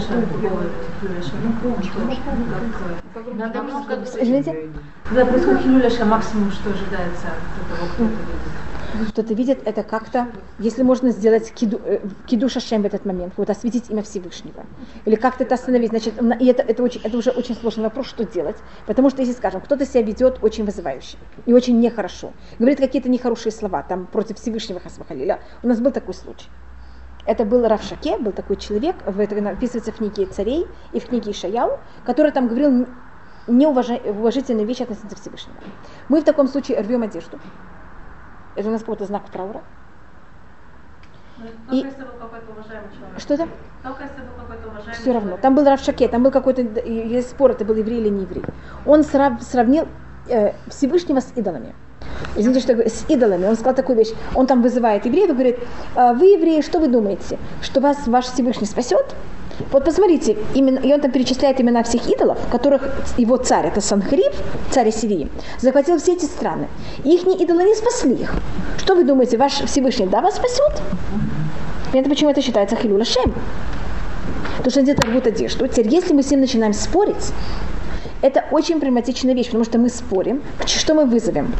Speaker 1: Извините?
Speaker 8: Когда происходит хилюля, максимум, что ожидается от того, кто это видит?
Speaker 1: Кто-то видит, это как-то, если можно сделать кидуш Ашем в этот момент, вот осветить имя Всевышнего, или как-то это остановить, значит, и это уже очень сложный вопрос, что делать, потому что если, скажем, кто-то себя ведет очень вызывающе и очень нехорошо, говорит какие-то нехорошие слова, там, против Всевышнего Хасвахалиля, у нас был такой случай. Это был Рав Шаке, был такой человек, это описывается в книге Царей и в книге Ишаяу, который там говорил неуважительные вещи относительно Всевышнего. Мы в таком случае рвем одежду. Это у нас какой-то знак траура.
Speaker 2: Только если был какой-то уважаемый человек.
Speaker 1: Что это?
Speaker 2: Только если был какой-то уважаемый
Speaker 1: Все равно.
Speaker 2: человек.
Speaker 1: Там был Рав Шаке, там был какой-то, есть спор, это был еврей или не еврей. Он сравнил Всевышнего с идолами. Извините, что я говорю, с идолами. Он сказал такую вещь. Он там вызывает евреев и говорит, вы, евреи, что вы думаете? Что вас ваш Всевышний спасет? Вот посмотрите, и он там перечисляет имена всех идолов, которых его царь, это Санхериб, царь Ассирии, захватил все эти страны. И их идолы не спасли их. Что вы думаете, ваш Всевышний, да, вас спасет? Понятно, почему это считается хилюль Ашем? Потому что они рвут одежду. Теперь, если мы с ним начинаем спорить, это очень проблематичная вещь, потому что мы спорим. Что мы вызовем?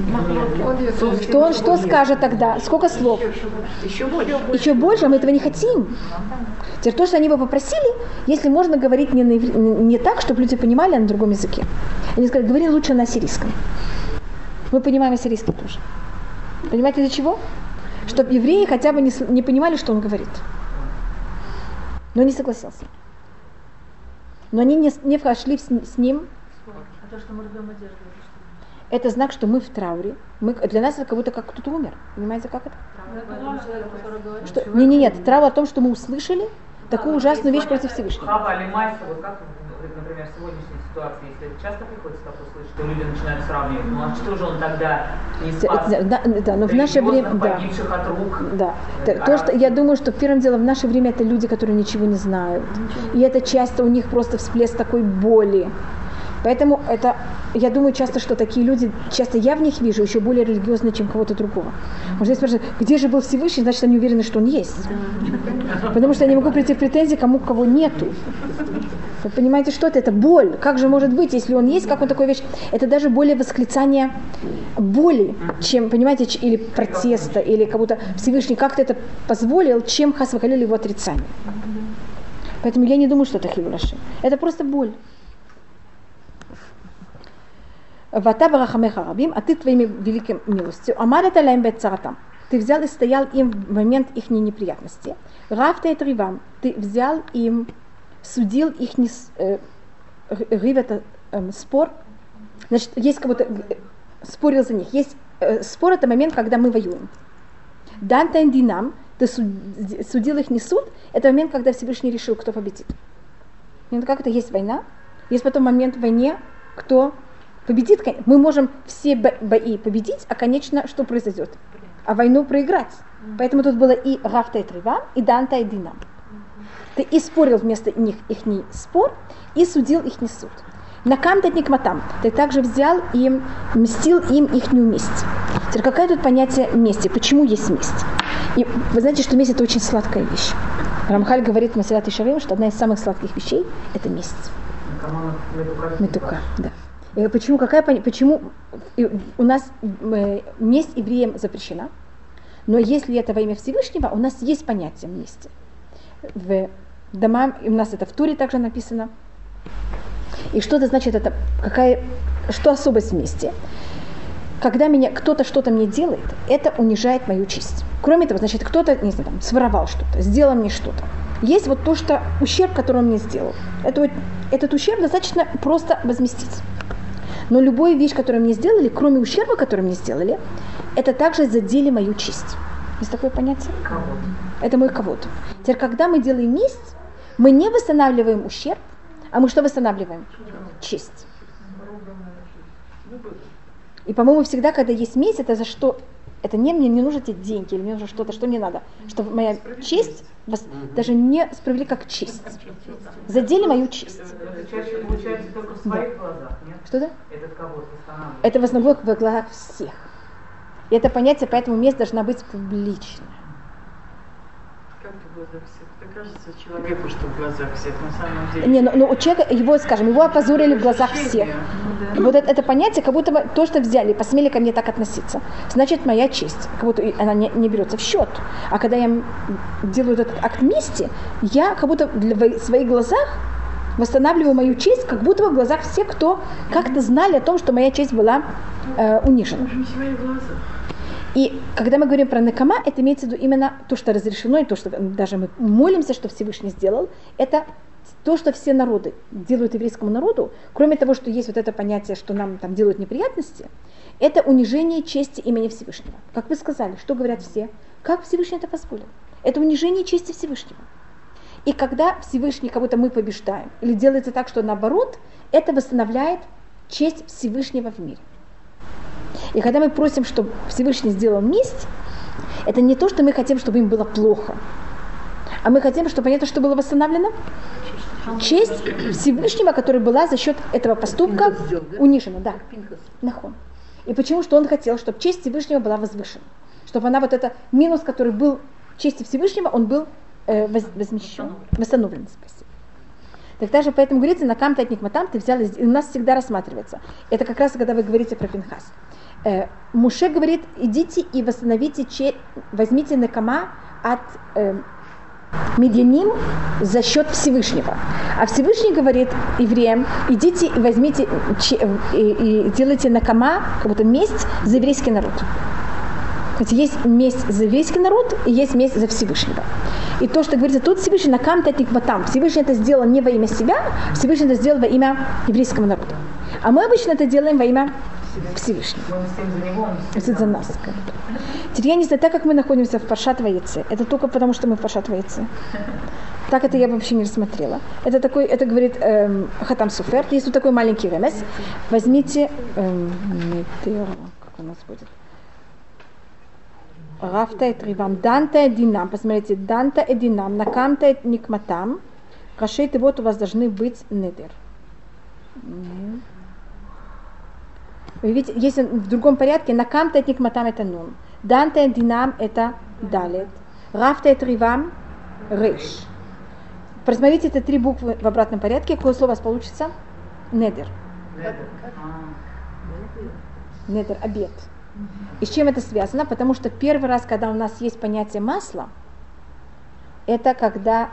Speaker 1: Что скажет тогда? Сколько слов? Еще больше, а мы этого не хотим. Теперь то, что они его попросили, если можно говорить не так, чтобы люди понимали, а на другом языке. Они сказали, говори лучше на ассирийском. Мы понимаем ассирийский тоже. Понимаете, для чего? Чтобы евреи хотя бы не понимали, что он говорит. Но не согласился. Но они не вошли с ним.
Speaker 8: А то, что мы рвем одежду,
Speaker 1: это знак, что мы в трауре. Для нас это как будто как кто-то умер. Понимаете, как это? Нет. Траур о том, что мы услышали такую ужасную вещь против Всевышнего.
Speaker 6: Хава Алимайса, вот как например, в сегодняшней ситуации, если часто приходится так услышать, что люди начинают сравнивать, ну а что же он тогда не спас?
Speaker 1: Да, но в наше время,
Speaker 6: погибших от рук.
Speaker 1: Да. То, что я думаю, что первым делом в наше время это люди, которые ничего не знают. И это часто у них просто всплеск такой боли. Поэтому это, я думаю часто, что такие люди, часто я в них вижу еще более религиозные, чем кого-то другого. Может, я спрашиваю, где же был Всевышний, значит, они уверены, что он есть. Потому что я не могу прийти в претензии кого нету. Вы понимаете, что это? Это боль. Как же может быть, если он есть, как он такой вещь? Это даже более восклицание боли, чем, понимаете, или протеста, или как будто Всевышний как-то это позволил, чем хас вахалиль его отрицание. Поэтому я не думаю, что это хилуль Ашем. Это просто боль. Вата барахамеха рабим, а ты твоими великим милостью, амарата лаим бет царатам. Ты взял и стоял им в момент их неприятности. Рафта и тривам, ты взял им, судил их спор. Значит, есть как будто спорил за них. Есть спор, это момент, когда мы воюем. Данта динам, ты судил их не суд, это момент, когда Всевышний решил, кто победит. И как это есть война, есть потом момент в войне, кто победит. Мы можем все бои победить, а конечно, что произойдет? А войну проиграть. Поэтому тут было и Рафта и Тривам, и Данта и Динам. Ты и спорил вместо них ихний спор, и судил ихний суд. Накам тет никматам. Ты также взял и мстил им ихнюю месть. Теперь какое тут понятие мести? Почему есть месть? И вы знаете, что месть это очень сладкая вещь. Рамхаль говорит в Масилат Ишарим, что одна из самых сладких вещей это месть. Метука, да. И почему у нас месть евреям запрещена, но если это во имя Всевышнего, у нас есть понятие мести. В домам, у нас это в Туре также написано. И что это значит, что особость мести? Когда кто-то что-то мне делает, это унижает мою честь. Кроме того, значит, кто-то, не знаю, своровал что-то, сделал мне что-то. Есть вот то, что ущерб, который он мне сделал. Этот ущерб достаточно просто возместить. Но любую вещь, которую мне сделали, кроме ущерба, который мне сделали, это также задели мою честь. Есть такое понятие?
Speaker 6: Кого-то.
Speaker 1: Это мой кого-то. Теперь, когда мы делаем месть, мы не восстанавливаем ущерб, а мы что восстанавливаем? Честь. И, по-моему, всегда, когда есть месть, это за что? Это мне не нужны эти деньги, или мне нужно что-то, что мне надо. Чтобы моя честь даже не справедливо как честь. Задели мою честь.
Speaker 6: Это чаще получается только в своих глазах, нет?
Speaker 1: Что да?
Speaker 6: Этот кого-то восстанавливает.
Speaker 1: Это восстанавливает в глазах всех. И это понятие, поэтому месть должна быть публичной.
Speaker 9: Как в глазах всех? Это кажется человеку, что в глазах всех, на самом деле.
Speaker 1: Не, но у человека, его опозорили в глазах всех. Да. Вот это понятие, как будто бы то, что взяли, посмели ко мне так относиться, значит, моя честь, как будто она не берется в счет. А когда я делаю этот акт мести, я как будто в своих глазах восстанавливаю мою честь, как будто бы в глазах всех, кто как-то знали о том, что моя честь была унижена. И когда мы говорим про накама, это имеется в виду именно то, что разрешено, и то, что даже мы молимся, что Всевышний сделал, это то, что все народы делают еврейскому народу, кроме того, что есть вот это понятие, что нам там делают неприятности, это унижение чести имени Всевышнего. Как вы сказали, что говорят все? Как Всевышний это позволил? Это унижение чести Всевышнего. И когда Всевышний, как будто мы побеждаем, или делается так, что наоборот, это восстанавливает честь Всевышнего в мире. И когда мы просим, чтобы Всевышний сделал месть, это не то, что мы хотим, чтобы им было плохо, а мы хотим, чтобы понятно, что было восстановлено честь Всевышнего, которая была за счет этого поступка унижена. Да. Нахон. И почему? Что он хотел, чтобы честь Всевышнего была возвышена. Чтобы она вот это минус, который был чести Всевышнего, он был возмещен, восстановлен. Спасибо. Так даже поэтому говорится, на камтать никматам ты взял, и у нас всегда рассматривается. Это как раз, когда вы говорите про Пинхас. Муше говорит, идите и восстановите, возьмите накама от Медианим за счет Всевышнего. А Всевышний говорит евреям, идите и возьмите, и делайте накама, как будто месть за еврейский народ. Есть месть за еврейский народ и есть месть за Всевышнего. И то, что говорится тут, Всевышний накам татник батам. Всевышний это сделал не во имя себя, Всевышний это сделал во имя еврейского народа. А мы обычно это делаем во имя Всевышнего. Это за нас. Теперь я не знаю, так как мы находимся в Паршат Ваеце, это только потому, что мы в Паршат Ваеце. Так это я вообще не рассмотрела. Это такой, это говорит Хатам Суфер. Есть вот такой маленький ремес. Возьмите, как у нас будет? Рафта и Тривам. Данта и Динам. Посмотрите, Данта и Динам. Накамта и Никматам. Рашей ты вот у вас должны быть недер. Вы видите, если в другом порядке, Накамта и Никматам это нун. Данта и Динам это далет. Рафта и Тривам реш. Просмотрите эти три буквы в обратном порядке. Какое слово у вас получится? Недер. Недер, обед. И с чем это связано? Потому что первый раз, когда у нас есть понятие масла, это когда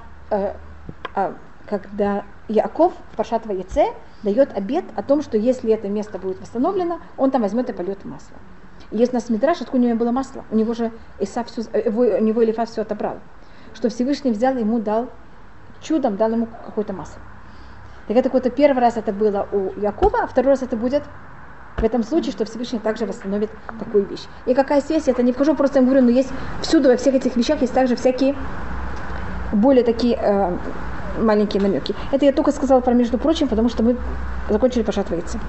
Speaker 1: Яаков в Паршат Ваеце дает обет о том, что если это место будет восстановлено, он там возьмет и польет масло. И есть у нас мидраш, откуда у него было масло. У него же у него Элифаз все отобрал. Что Всевышний взял, ему дал, чудом дал ему какое-то масло. Так это какой-то первый раз это было у Якова, а второй раз это будет в этом случае, что Всевышний также восстановит такую вещь. И какая связь, это не вхожу, просто я говорю, но есть всюду, во всех этих вещах есть также всякие более такие маленькие намеки. Это я только сказала про между прочим, потому что мы закончили Паршат Ваеце.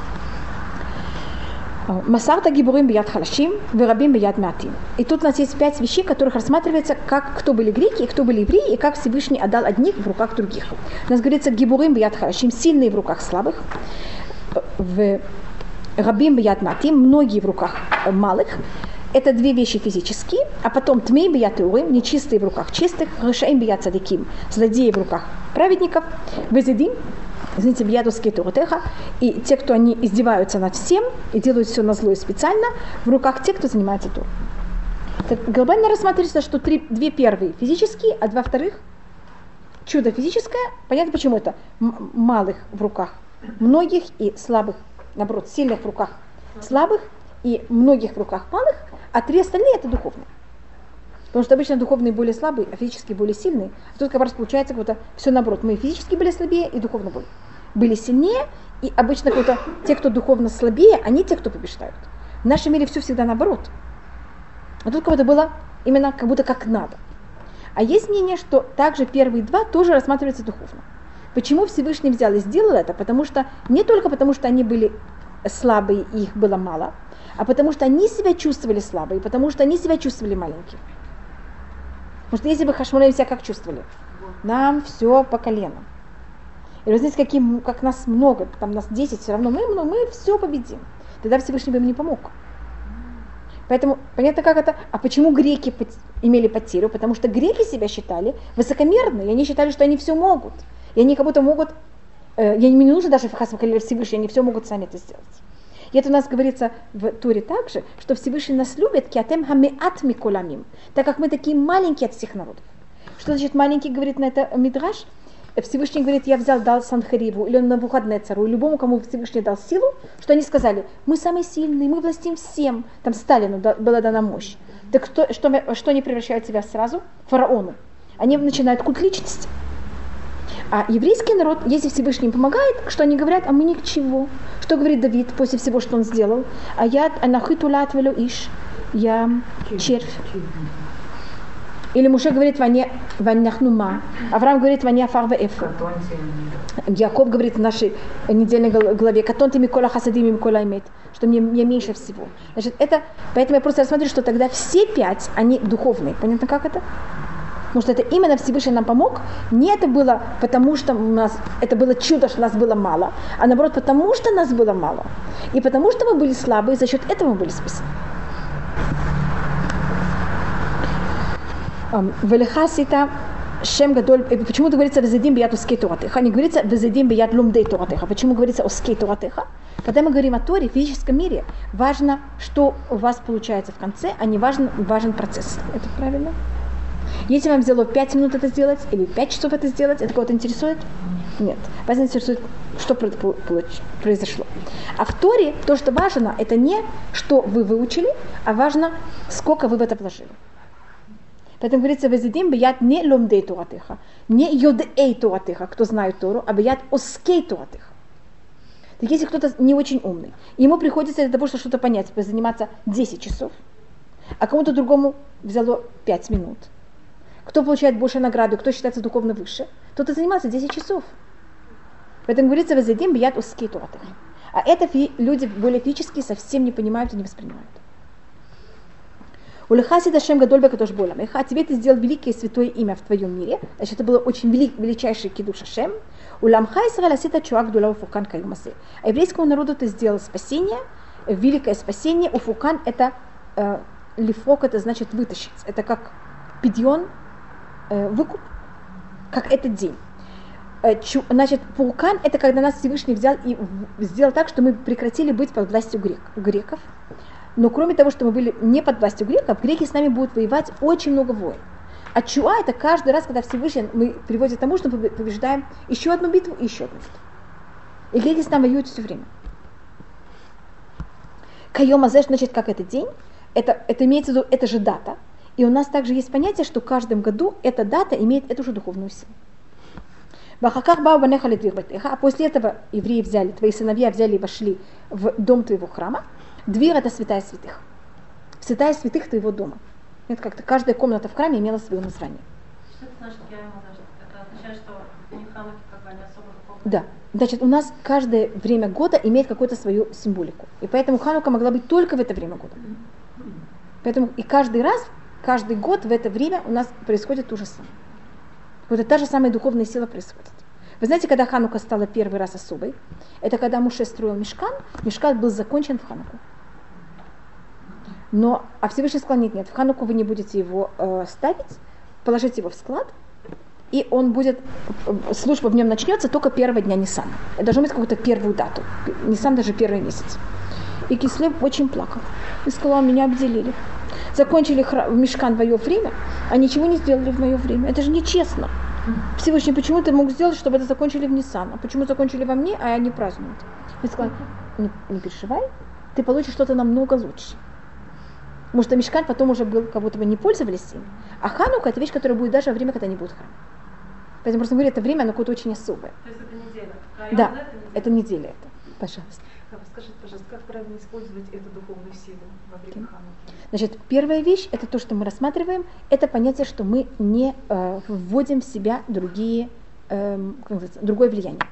Speaker 1: Масарта гибурим бият халашим, вырабим бият мятим. И тут у нас есть 5 вещей, которых рассматривается, как кто были греки и кто были евреи, и как Всевышний отдал одних в руках других. У нас говорится гибурим бият халашим, сильные в руках слабых, в рабим бият мятим, многие в руках малых. Это 2 вещи физические, а потом тмей бият урим, нечистые в руках чистых, решаим бият цадиким, злодеи в руках праведников, везидим, извините, бияту скейтуротеха, и те, кто они издеваются над всем и делают все на зло и специально, в руках тех, кто занимается Торой. Глобально рассматривается, что 2 первые физические, а 2 вторых чудо физическое. Понятно, почему это? Малых в руках многих и слабых, наоборот, сильных в руках слабых и многих в руках малых, а 3 остальные это духовные. Потому что обычно духовные более слабые, а физические более сильные. А тут как раз получается как-то все наоборот. Мы физически были слабее и духовно были сильнее. И обычно как-то те, кто духовно слабее, они те, кто побеждают. В нашем мире все всегда наоборот. А тут как-то было именно как будто как надо. А есть мнение, что также первые 2 тоже рассматриваются духовно. Почему Всевышний взял и сделал это? Потому что не только потому, что они были слабые и их было мало, а потому что они себя чувствовали слабые, потому что они себя чувствовали маленькие. Потому что если бы Хашмонеи себя как чувствовали? Нам все по коленам. И вы знаете, как нас много, там нас 10, все равно мы все победим. Тогда Всевышний бы им не помог. Поэтому понятно, как это. А почему греки имели потерю? Потому что греки себя считали высокомерны, и они считали, что они все могут. И они как будто могут, им не нужно даже Всевышний, они все могут сами это сделать. И это у нас говорится в Торе также, что Всевышний нас любит, киатем хамеат миколамим, так как мы такие маленькие от всех народов. Что значит маленький, говорит на это Мидраш? Всевышний говорит, я дал Санхариву или Навуходнецару, любому, кому Всевышний дал силу, что они сказали, мы самые сильные, мы властим всем. Там Сталину была дана мощь. Так что они превращают себя сразу? Фараону. Они начинают культ личности. А еврейский народ, если Всевышний им помогает, что они говорят, а мы ни к чему. Что говорит Давид после всего, что он сделал? А я анахитулат велю иш, я червь. Или Муше говорит ваньяхнума, Авраам говорит ваньяфар веэфу. Яков говорит в нашей недельной главе, катонты микола хасадим микола имеет, что мне меньше всего. Значит, поэтому я просто рассмотрю, что тогда все 5, они духовные. Понятно, как это? Потому что это именно Всевышний нам помог. Не это было потому, что это было чудо, что нас было мало, а наоборот, потому что нас было мало. И потому что мы были слабые, за счет этого мы были спасены. Велихасита Шем Гадоль. Почему-то говорится «Везедим бият ускей торатеха». Не говорится «Везедим бият лумдей торатеха». Почему говорится «Ускей торатеха»? Когда мы говорим о Торе, в физическом мире, важно, что у вас получается в конце, а не важен процесс. Это правильно? Если вам взяло 5 минут это сделать, или 5 часов это сделать, это кого-то интересует? Нет. Вас интересует, что произошло. А в Торе то, что важно, это не что вы выучили, а важно, сколько вы в это вложили. Поэтому говорится, «Везидим бият не ломдей торатеха», не йодей торатеха, кто знает Тору, а бият оскей торатеха. Так если кто-то не очень умный, ему приходится для того, чтобы что-то понять, заниматься 10 часов, а кому-то другому взяло 5 минут. кто получает больше награды, кто считается духовно выше, тот и занимается 10 часов. Поэтому говорится, «Вазадим бият узкие туаты». А это люди более физические совсем не понимают и не воспринимают. Улехаси дашем гадоль бекадош болам. А тебе ты сделал великое святое имя в твоем мире. Значит, это было очень величайший кидуш Ашем. Уламха Исраэль асита чуак дула уфукан каюмасе. А еврейскому народу ты сделал спасение, великое спасение. Уфукан это лифок, это значит вытащить. Это как пидьон, выкуп, как этот день. Значит, паукан это когда нас Всевышний взял и сделал так, что мы прекратили быть под властью греков. Но кроме того, что мы были не под властью греков, греки с нами будут воевать очень много войн. А чуа это каждый раз, когда Всевышний мы приводит к тому, что мы побеждаем еще одну битву и еще одну битву. И греки с нами воюют все время. Кайом азеш, значит, как этот день, это имеется в виду, это же дата. И у нас также есть понятие, что в каждом году эта дата имеет эту же духовную силу. А после этого евреи взяли, твои сыновья взяли и вошли в дом твоего храма. Дверь это святая святых. Святая святых твоего дома. Это как-то каждая комната в храме имела свое название.
Speaker 2: Что это значит, это означает, что не хануки как бы не особо духовные?
Speaker 1: Да. Значит, у нас каждое время года имеет какую-то свою символику. И поэтому ханука могла быть только в это время года. Поэтому и каждый раз, каждый год в это время у нас происходит то же самое. Вот это та же самая духовная сила происходит. Вы знаете, когда Ханука стала первый раз особой, это когда Моше строил мишкан, мишкан был закончен в Хануку. А Всевышний сказал, нет, в Хануку вы не будете его ставить, положите его в склад, и он будет, служба в нем начнется только первого дня Ниссана. Это должно быть какую-то первую дату. Ниссан даже первый месяц. И Кислев очень плакал. И сказал, меня обделили. Закончили мишкан в мое время, а ничего не сделали в мое время. Это же нечестно. Всевышний, почему ты мог сделать, чтобы это закончили в Ниссан? А почему закончили во мне, а они празднуют? Я сказала, не переживай, ты получишь что-то намного лучше. Потому что мишкан потом уже был, как будто бы не пользовались им. А Ханука это вещь, которая будет даже во время, когда не будет храма. Поэтому просто говорю, это время, оно какое-то очень особое.
Speaker 2: То есть это неделя?
Speaker 1: Да, это неделя. Это. Пожалуйста.
Speaker 3: Скажите, пожалуйста, как правильно использовать эту духовную силу во время Хануки?
Speaker 1: Значит, первая вещь, это то, что мы рассматриваем, это понятие, что мы не вводим в себя другое влияние.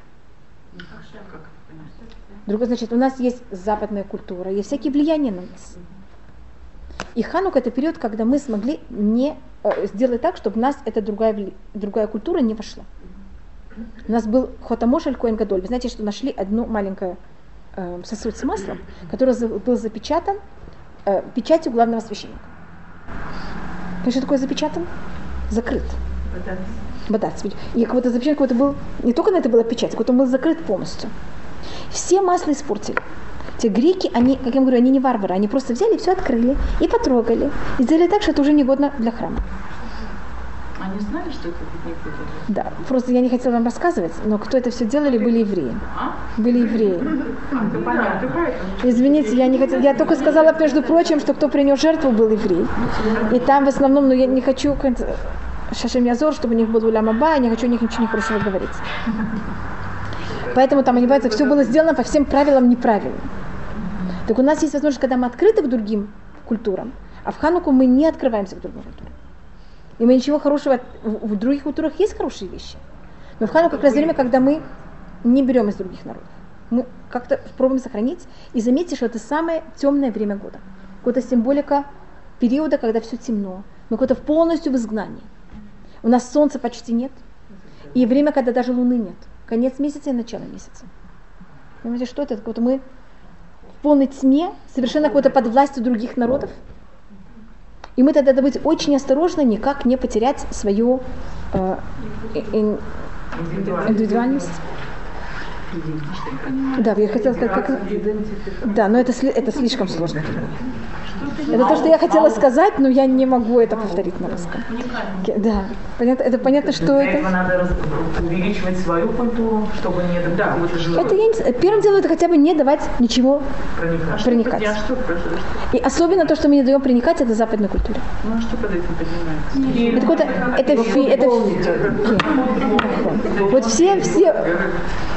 Speaker 1: Другое, значит, у нас есть западная культура, есть всякие влияния на нас. И Ханука это период, когда мы смогли не сделать так, чтобы в нас эта другая культура не вошла. У нас был Хотамошель Коэн Гадоль. Вы знаете, что нашли одну маленькую сосуд с маслом, который был запечатан печатью главного священника. Понимаете, что такое запечатан? Закрыт. Бадац. И какой-то запечатан, какой-то был, не только на это была печать, какой-то он был закрыт полностью. Все масла испортили. Те греки, они, как я говорю, они не варвары, они просто взяли, все открыли и потрогали. И сделали так, что это уже негодно для храма.
Speaker 9: Они знали, что это не будет?
Speaker 1: Да, просто я не хотела вам рассказывать, но кто это все делали, были евреи. Были евреи. Извините, я не хотела, я только сказала, между прочим, что кто принес жертву, был еврей. И там в основном, но я не хочу Шашем Язор, чтобы у них был улям аба, я не хочу о них ничего нехорошего говорить. Поэтому там, они говорят, все было сделано по всем правилам неправильно. Так у нас есть возможность, когда мы открыты к другим культурам, а в Хануку мы не открываемся к другим культурам. И мы ничего хорошего, в других культурах есть хорошие вещи. Но в Хануку как раз время, когда мы не берем из других народов. Мы как-то пробуем сохранить. И заметьте, что это самое темное время года. Какая-то символика периода, когда все темно. Мы какое-то полностью в изгнании. У нас солнца почти нет. И время, когда даже луны нет. Конец месяца и начало месяца. Понимаете, что это? Как-то мы в полной тьме, совершенно какой-то под властью других народов. И мы тогда надо быть очень осторожны, никак не потерять свою индивидуальность. Да, я хотела сказать, как... Да, но это слишком сложно. Это то, что я хотела сказать, но я не могу это повторить на русском. Да, это понятно, что
Speaker 6: для
Speaker 1: это...
Speaker 6: этого надо увеличивать свою культуру, чтобы не давать.
Speaker 1: Первым делом это хотя бы не давать ничего проникать. И особенно то, что мы не даем проникать, это западной культуре.
Speaker 9: Ну а что под этим понимается?
Speaker 1: Вот все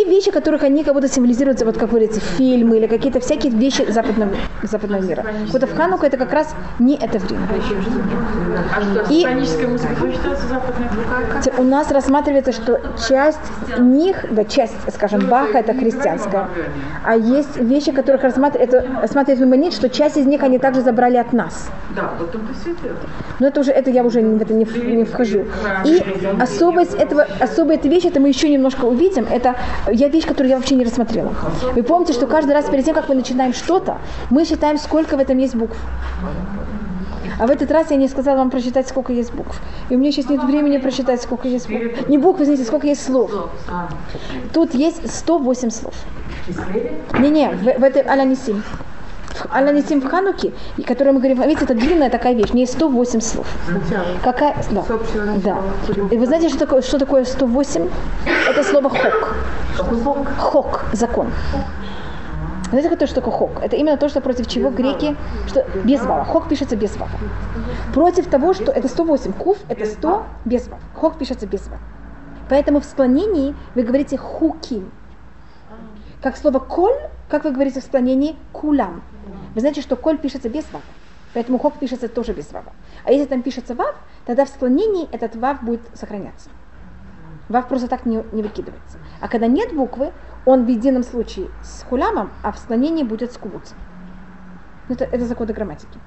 Speaker 1: вещи, которых они как будто символизируют, вот как говорится, фильмы или какие-то всякие вещи западного мира. Вот в Хануку это как раз не это время.
Speaker 9: А что, симфоническая музыка тоже считается западной?
Speaker 1: У нас рассматривается, что часть них, да, часть, скажем, Баха это христианская, а есть вещи, которых рассматривается момент, что часть из них они также забрали от нас.
Speaker 9: Да, вот это все это.
Speaker 1: Но это я уже в это не вхожу. И особость этой вещи, это мы еще немножко увидим, это вещь, которую я вообще не рассмотрела. Вы помните, что каждый раз перед тем, как мы начинаем что-то, мы считаем, сколько в этом есть букв. А в этот раз я не сказала вам прочитать, сколько есть букв. И у меня сейчас нет времени прочитать, сколько есть букв. Не букв, извините, сколько есть слов. Тут есть 108 слов. Не, в этой Аль-Анисим. Аль-Анисим в Хануке, который мы говорим, видите, это длинная такая вещь, в ней 108 слов. Какая? Да. И вы знаете, что такое 108? Это слово хок. Хок, закон. Знаете, что такое хок? Это именно то, что против чего греки, что без вава. Хок пишется без вава. Против того, что это 108. Куф это 100 без вава. Хок пишется без вава. Поэтому в склонении вы говорите хуким. Как слово коль, как вы говорите в склонении кулам. Вы знаете, что коль пишется без вава. Поэтому хок пишется тоже без вава. А если там пишется вав, тогда в склонении этот вав будет сохраняться. Вав просто так не выкидывается. А когда нет буквы, он в едином случае с хулямом, а в склонении будет с кубуцем. Это законы грамматики.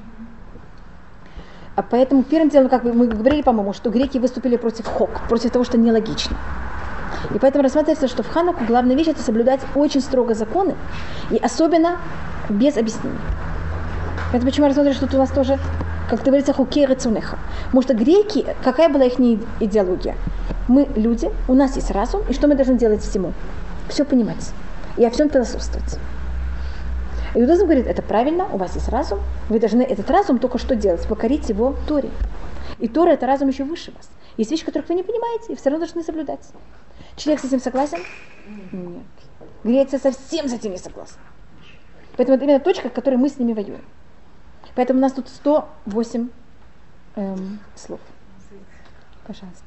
Speaker 1: А поэтому первым делом, как мы говорили, по-моему, что греки выступили против хок, против того, что нелогично. И поэтому рассматривается, что в Хануку главная вещь это соблюдать очень строго законы, и особенно без объяснений. Поэтому почему я рассматриваю, что тут у нас тоже, как говорится, хукей рацунеха. Потому что греки, какая была их идеология? Мы люди, у нас есть разум, и что мы должны делать всему? Все понимать. И о всем философствовать. Иудаизм говорит, это правильно, у вас есть разум, вы должны этот разум только что делать? Покорить его Торе. И Тора это разум еще выше вас. Есть вещи, которых вы не понимаете, и все равно должны соблюдать. Человек с этим согласен? Нет. Греция совсем с этим не согласна. Поэтому это именно точка, в которой мы с ними воюем. Поэтому у нас тут 108 слов. Пожалуйста.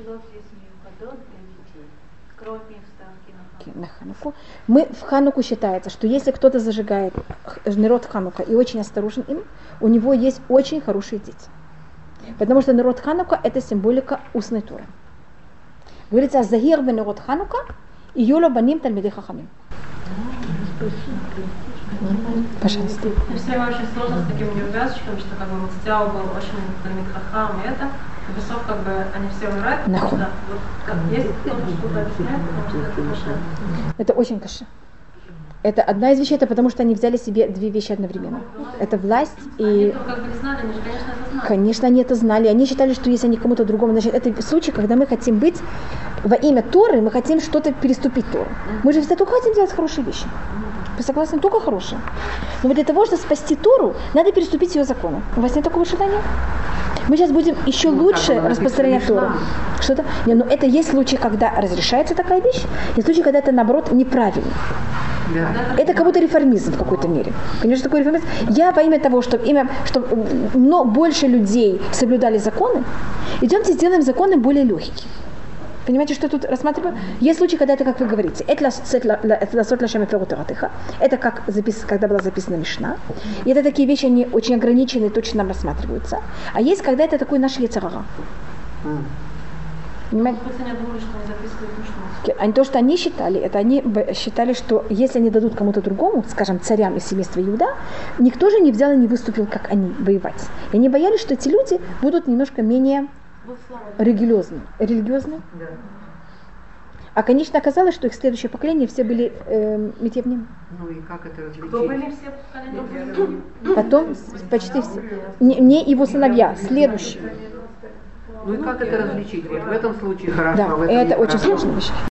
Speaker 1: На Хануку. Мы в Хануку считается, что если кто-то зажигает народ Ханука и очень осторожен им, у него есть очень хорошие дети. Потому что народ Ханука это символика устной Торы. Говорится, Загир бен народ Ханука и Юла баним тальмидей хахамим. Пожалуйста.
Speaker 2: Все очень сложно с такими неувязочками, что как бы Муцтяу был очень тальмид хахам, и это Бесов как бы они все умирают, потому что вот, как есть кто-то что-то объясняет, потому что это каше.
Speaker 1: Это очень каше. Это одна из вещей, это потому что они взяли себе две вещи одновременно. Это власть и...
Speaker 2: Они этого как бы не знали, они же, конечно, это знали.
Speaker 1: Конечно, они это знали. Они считали, что если они кому-то другому... Значит, это случай, когда мы хотим быть во имя Торы, мы хотим что-то переступить Тору. Мы же всегда только хотим делать хорошие вещи. Вы согласны? Только хорошие. Но вот для того, чтобы спасти Тору, надо переступить ее законы. У вас нет такого желания? Мы сейчас будем еще лучше распространять Тору. Что-то? Не, но это есть случай, когда разрешается такая вещь, и случай, когда это, наоборот, неправильно. Да. Это как будто реформизм в какой-то мере. Конечно, такой реформизм. Я во имя того, чтобы больше людей соблюдали законы, идемте сделаем законы более легкие. Понимаете, что тут рассматриваем? Есть случаи, когда это, как вы говорите, это как когда была записана Мишна. И это такие вещи, они очень ограниченные, точно нам рассматриваются. А есть, когда это такой наш Йецер-Гара. Понимаете?
Speaker 2: Они думали, что они записывают Мишну.
Speaker 1: То, что они считали, это они считали, что если они дадут кому-то другому, скажем, царям из семейства Иуда, никто же не взял и не выступил, как они, воевать. И они боялись, что эти люди будут немножко менее религиозны. Да. А, конечно, оказалось, что их следующее поколение все были митьевними.
Speaker 9: Ну и как это различить?
Speaker 2: Кто были все поколения?
Speaker 1: Потом почти все. Не его сыновья, следующие.
Speaker 9: Ну и как это различить? Вот в этом случае хорошо,
Speaker 1: да,
Speaker 9: а в этом
Speaker 1: это
Speaker 9: не
Speaker 1: очень
Speaker 9: хорошо.
Speaker 1: сложная вещь.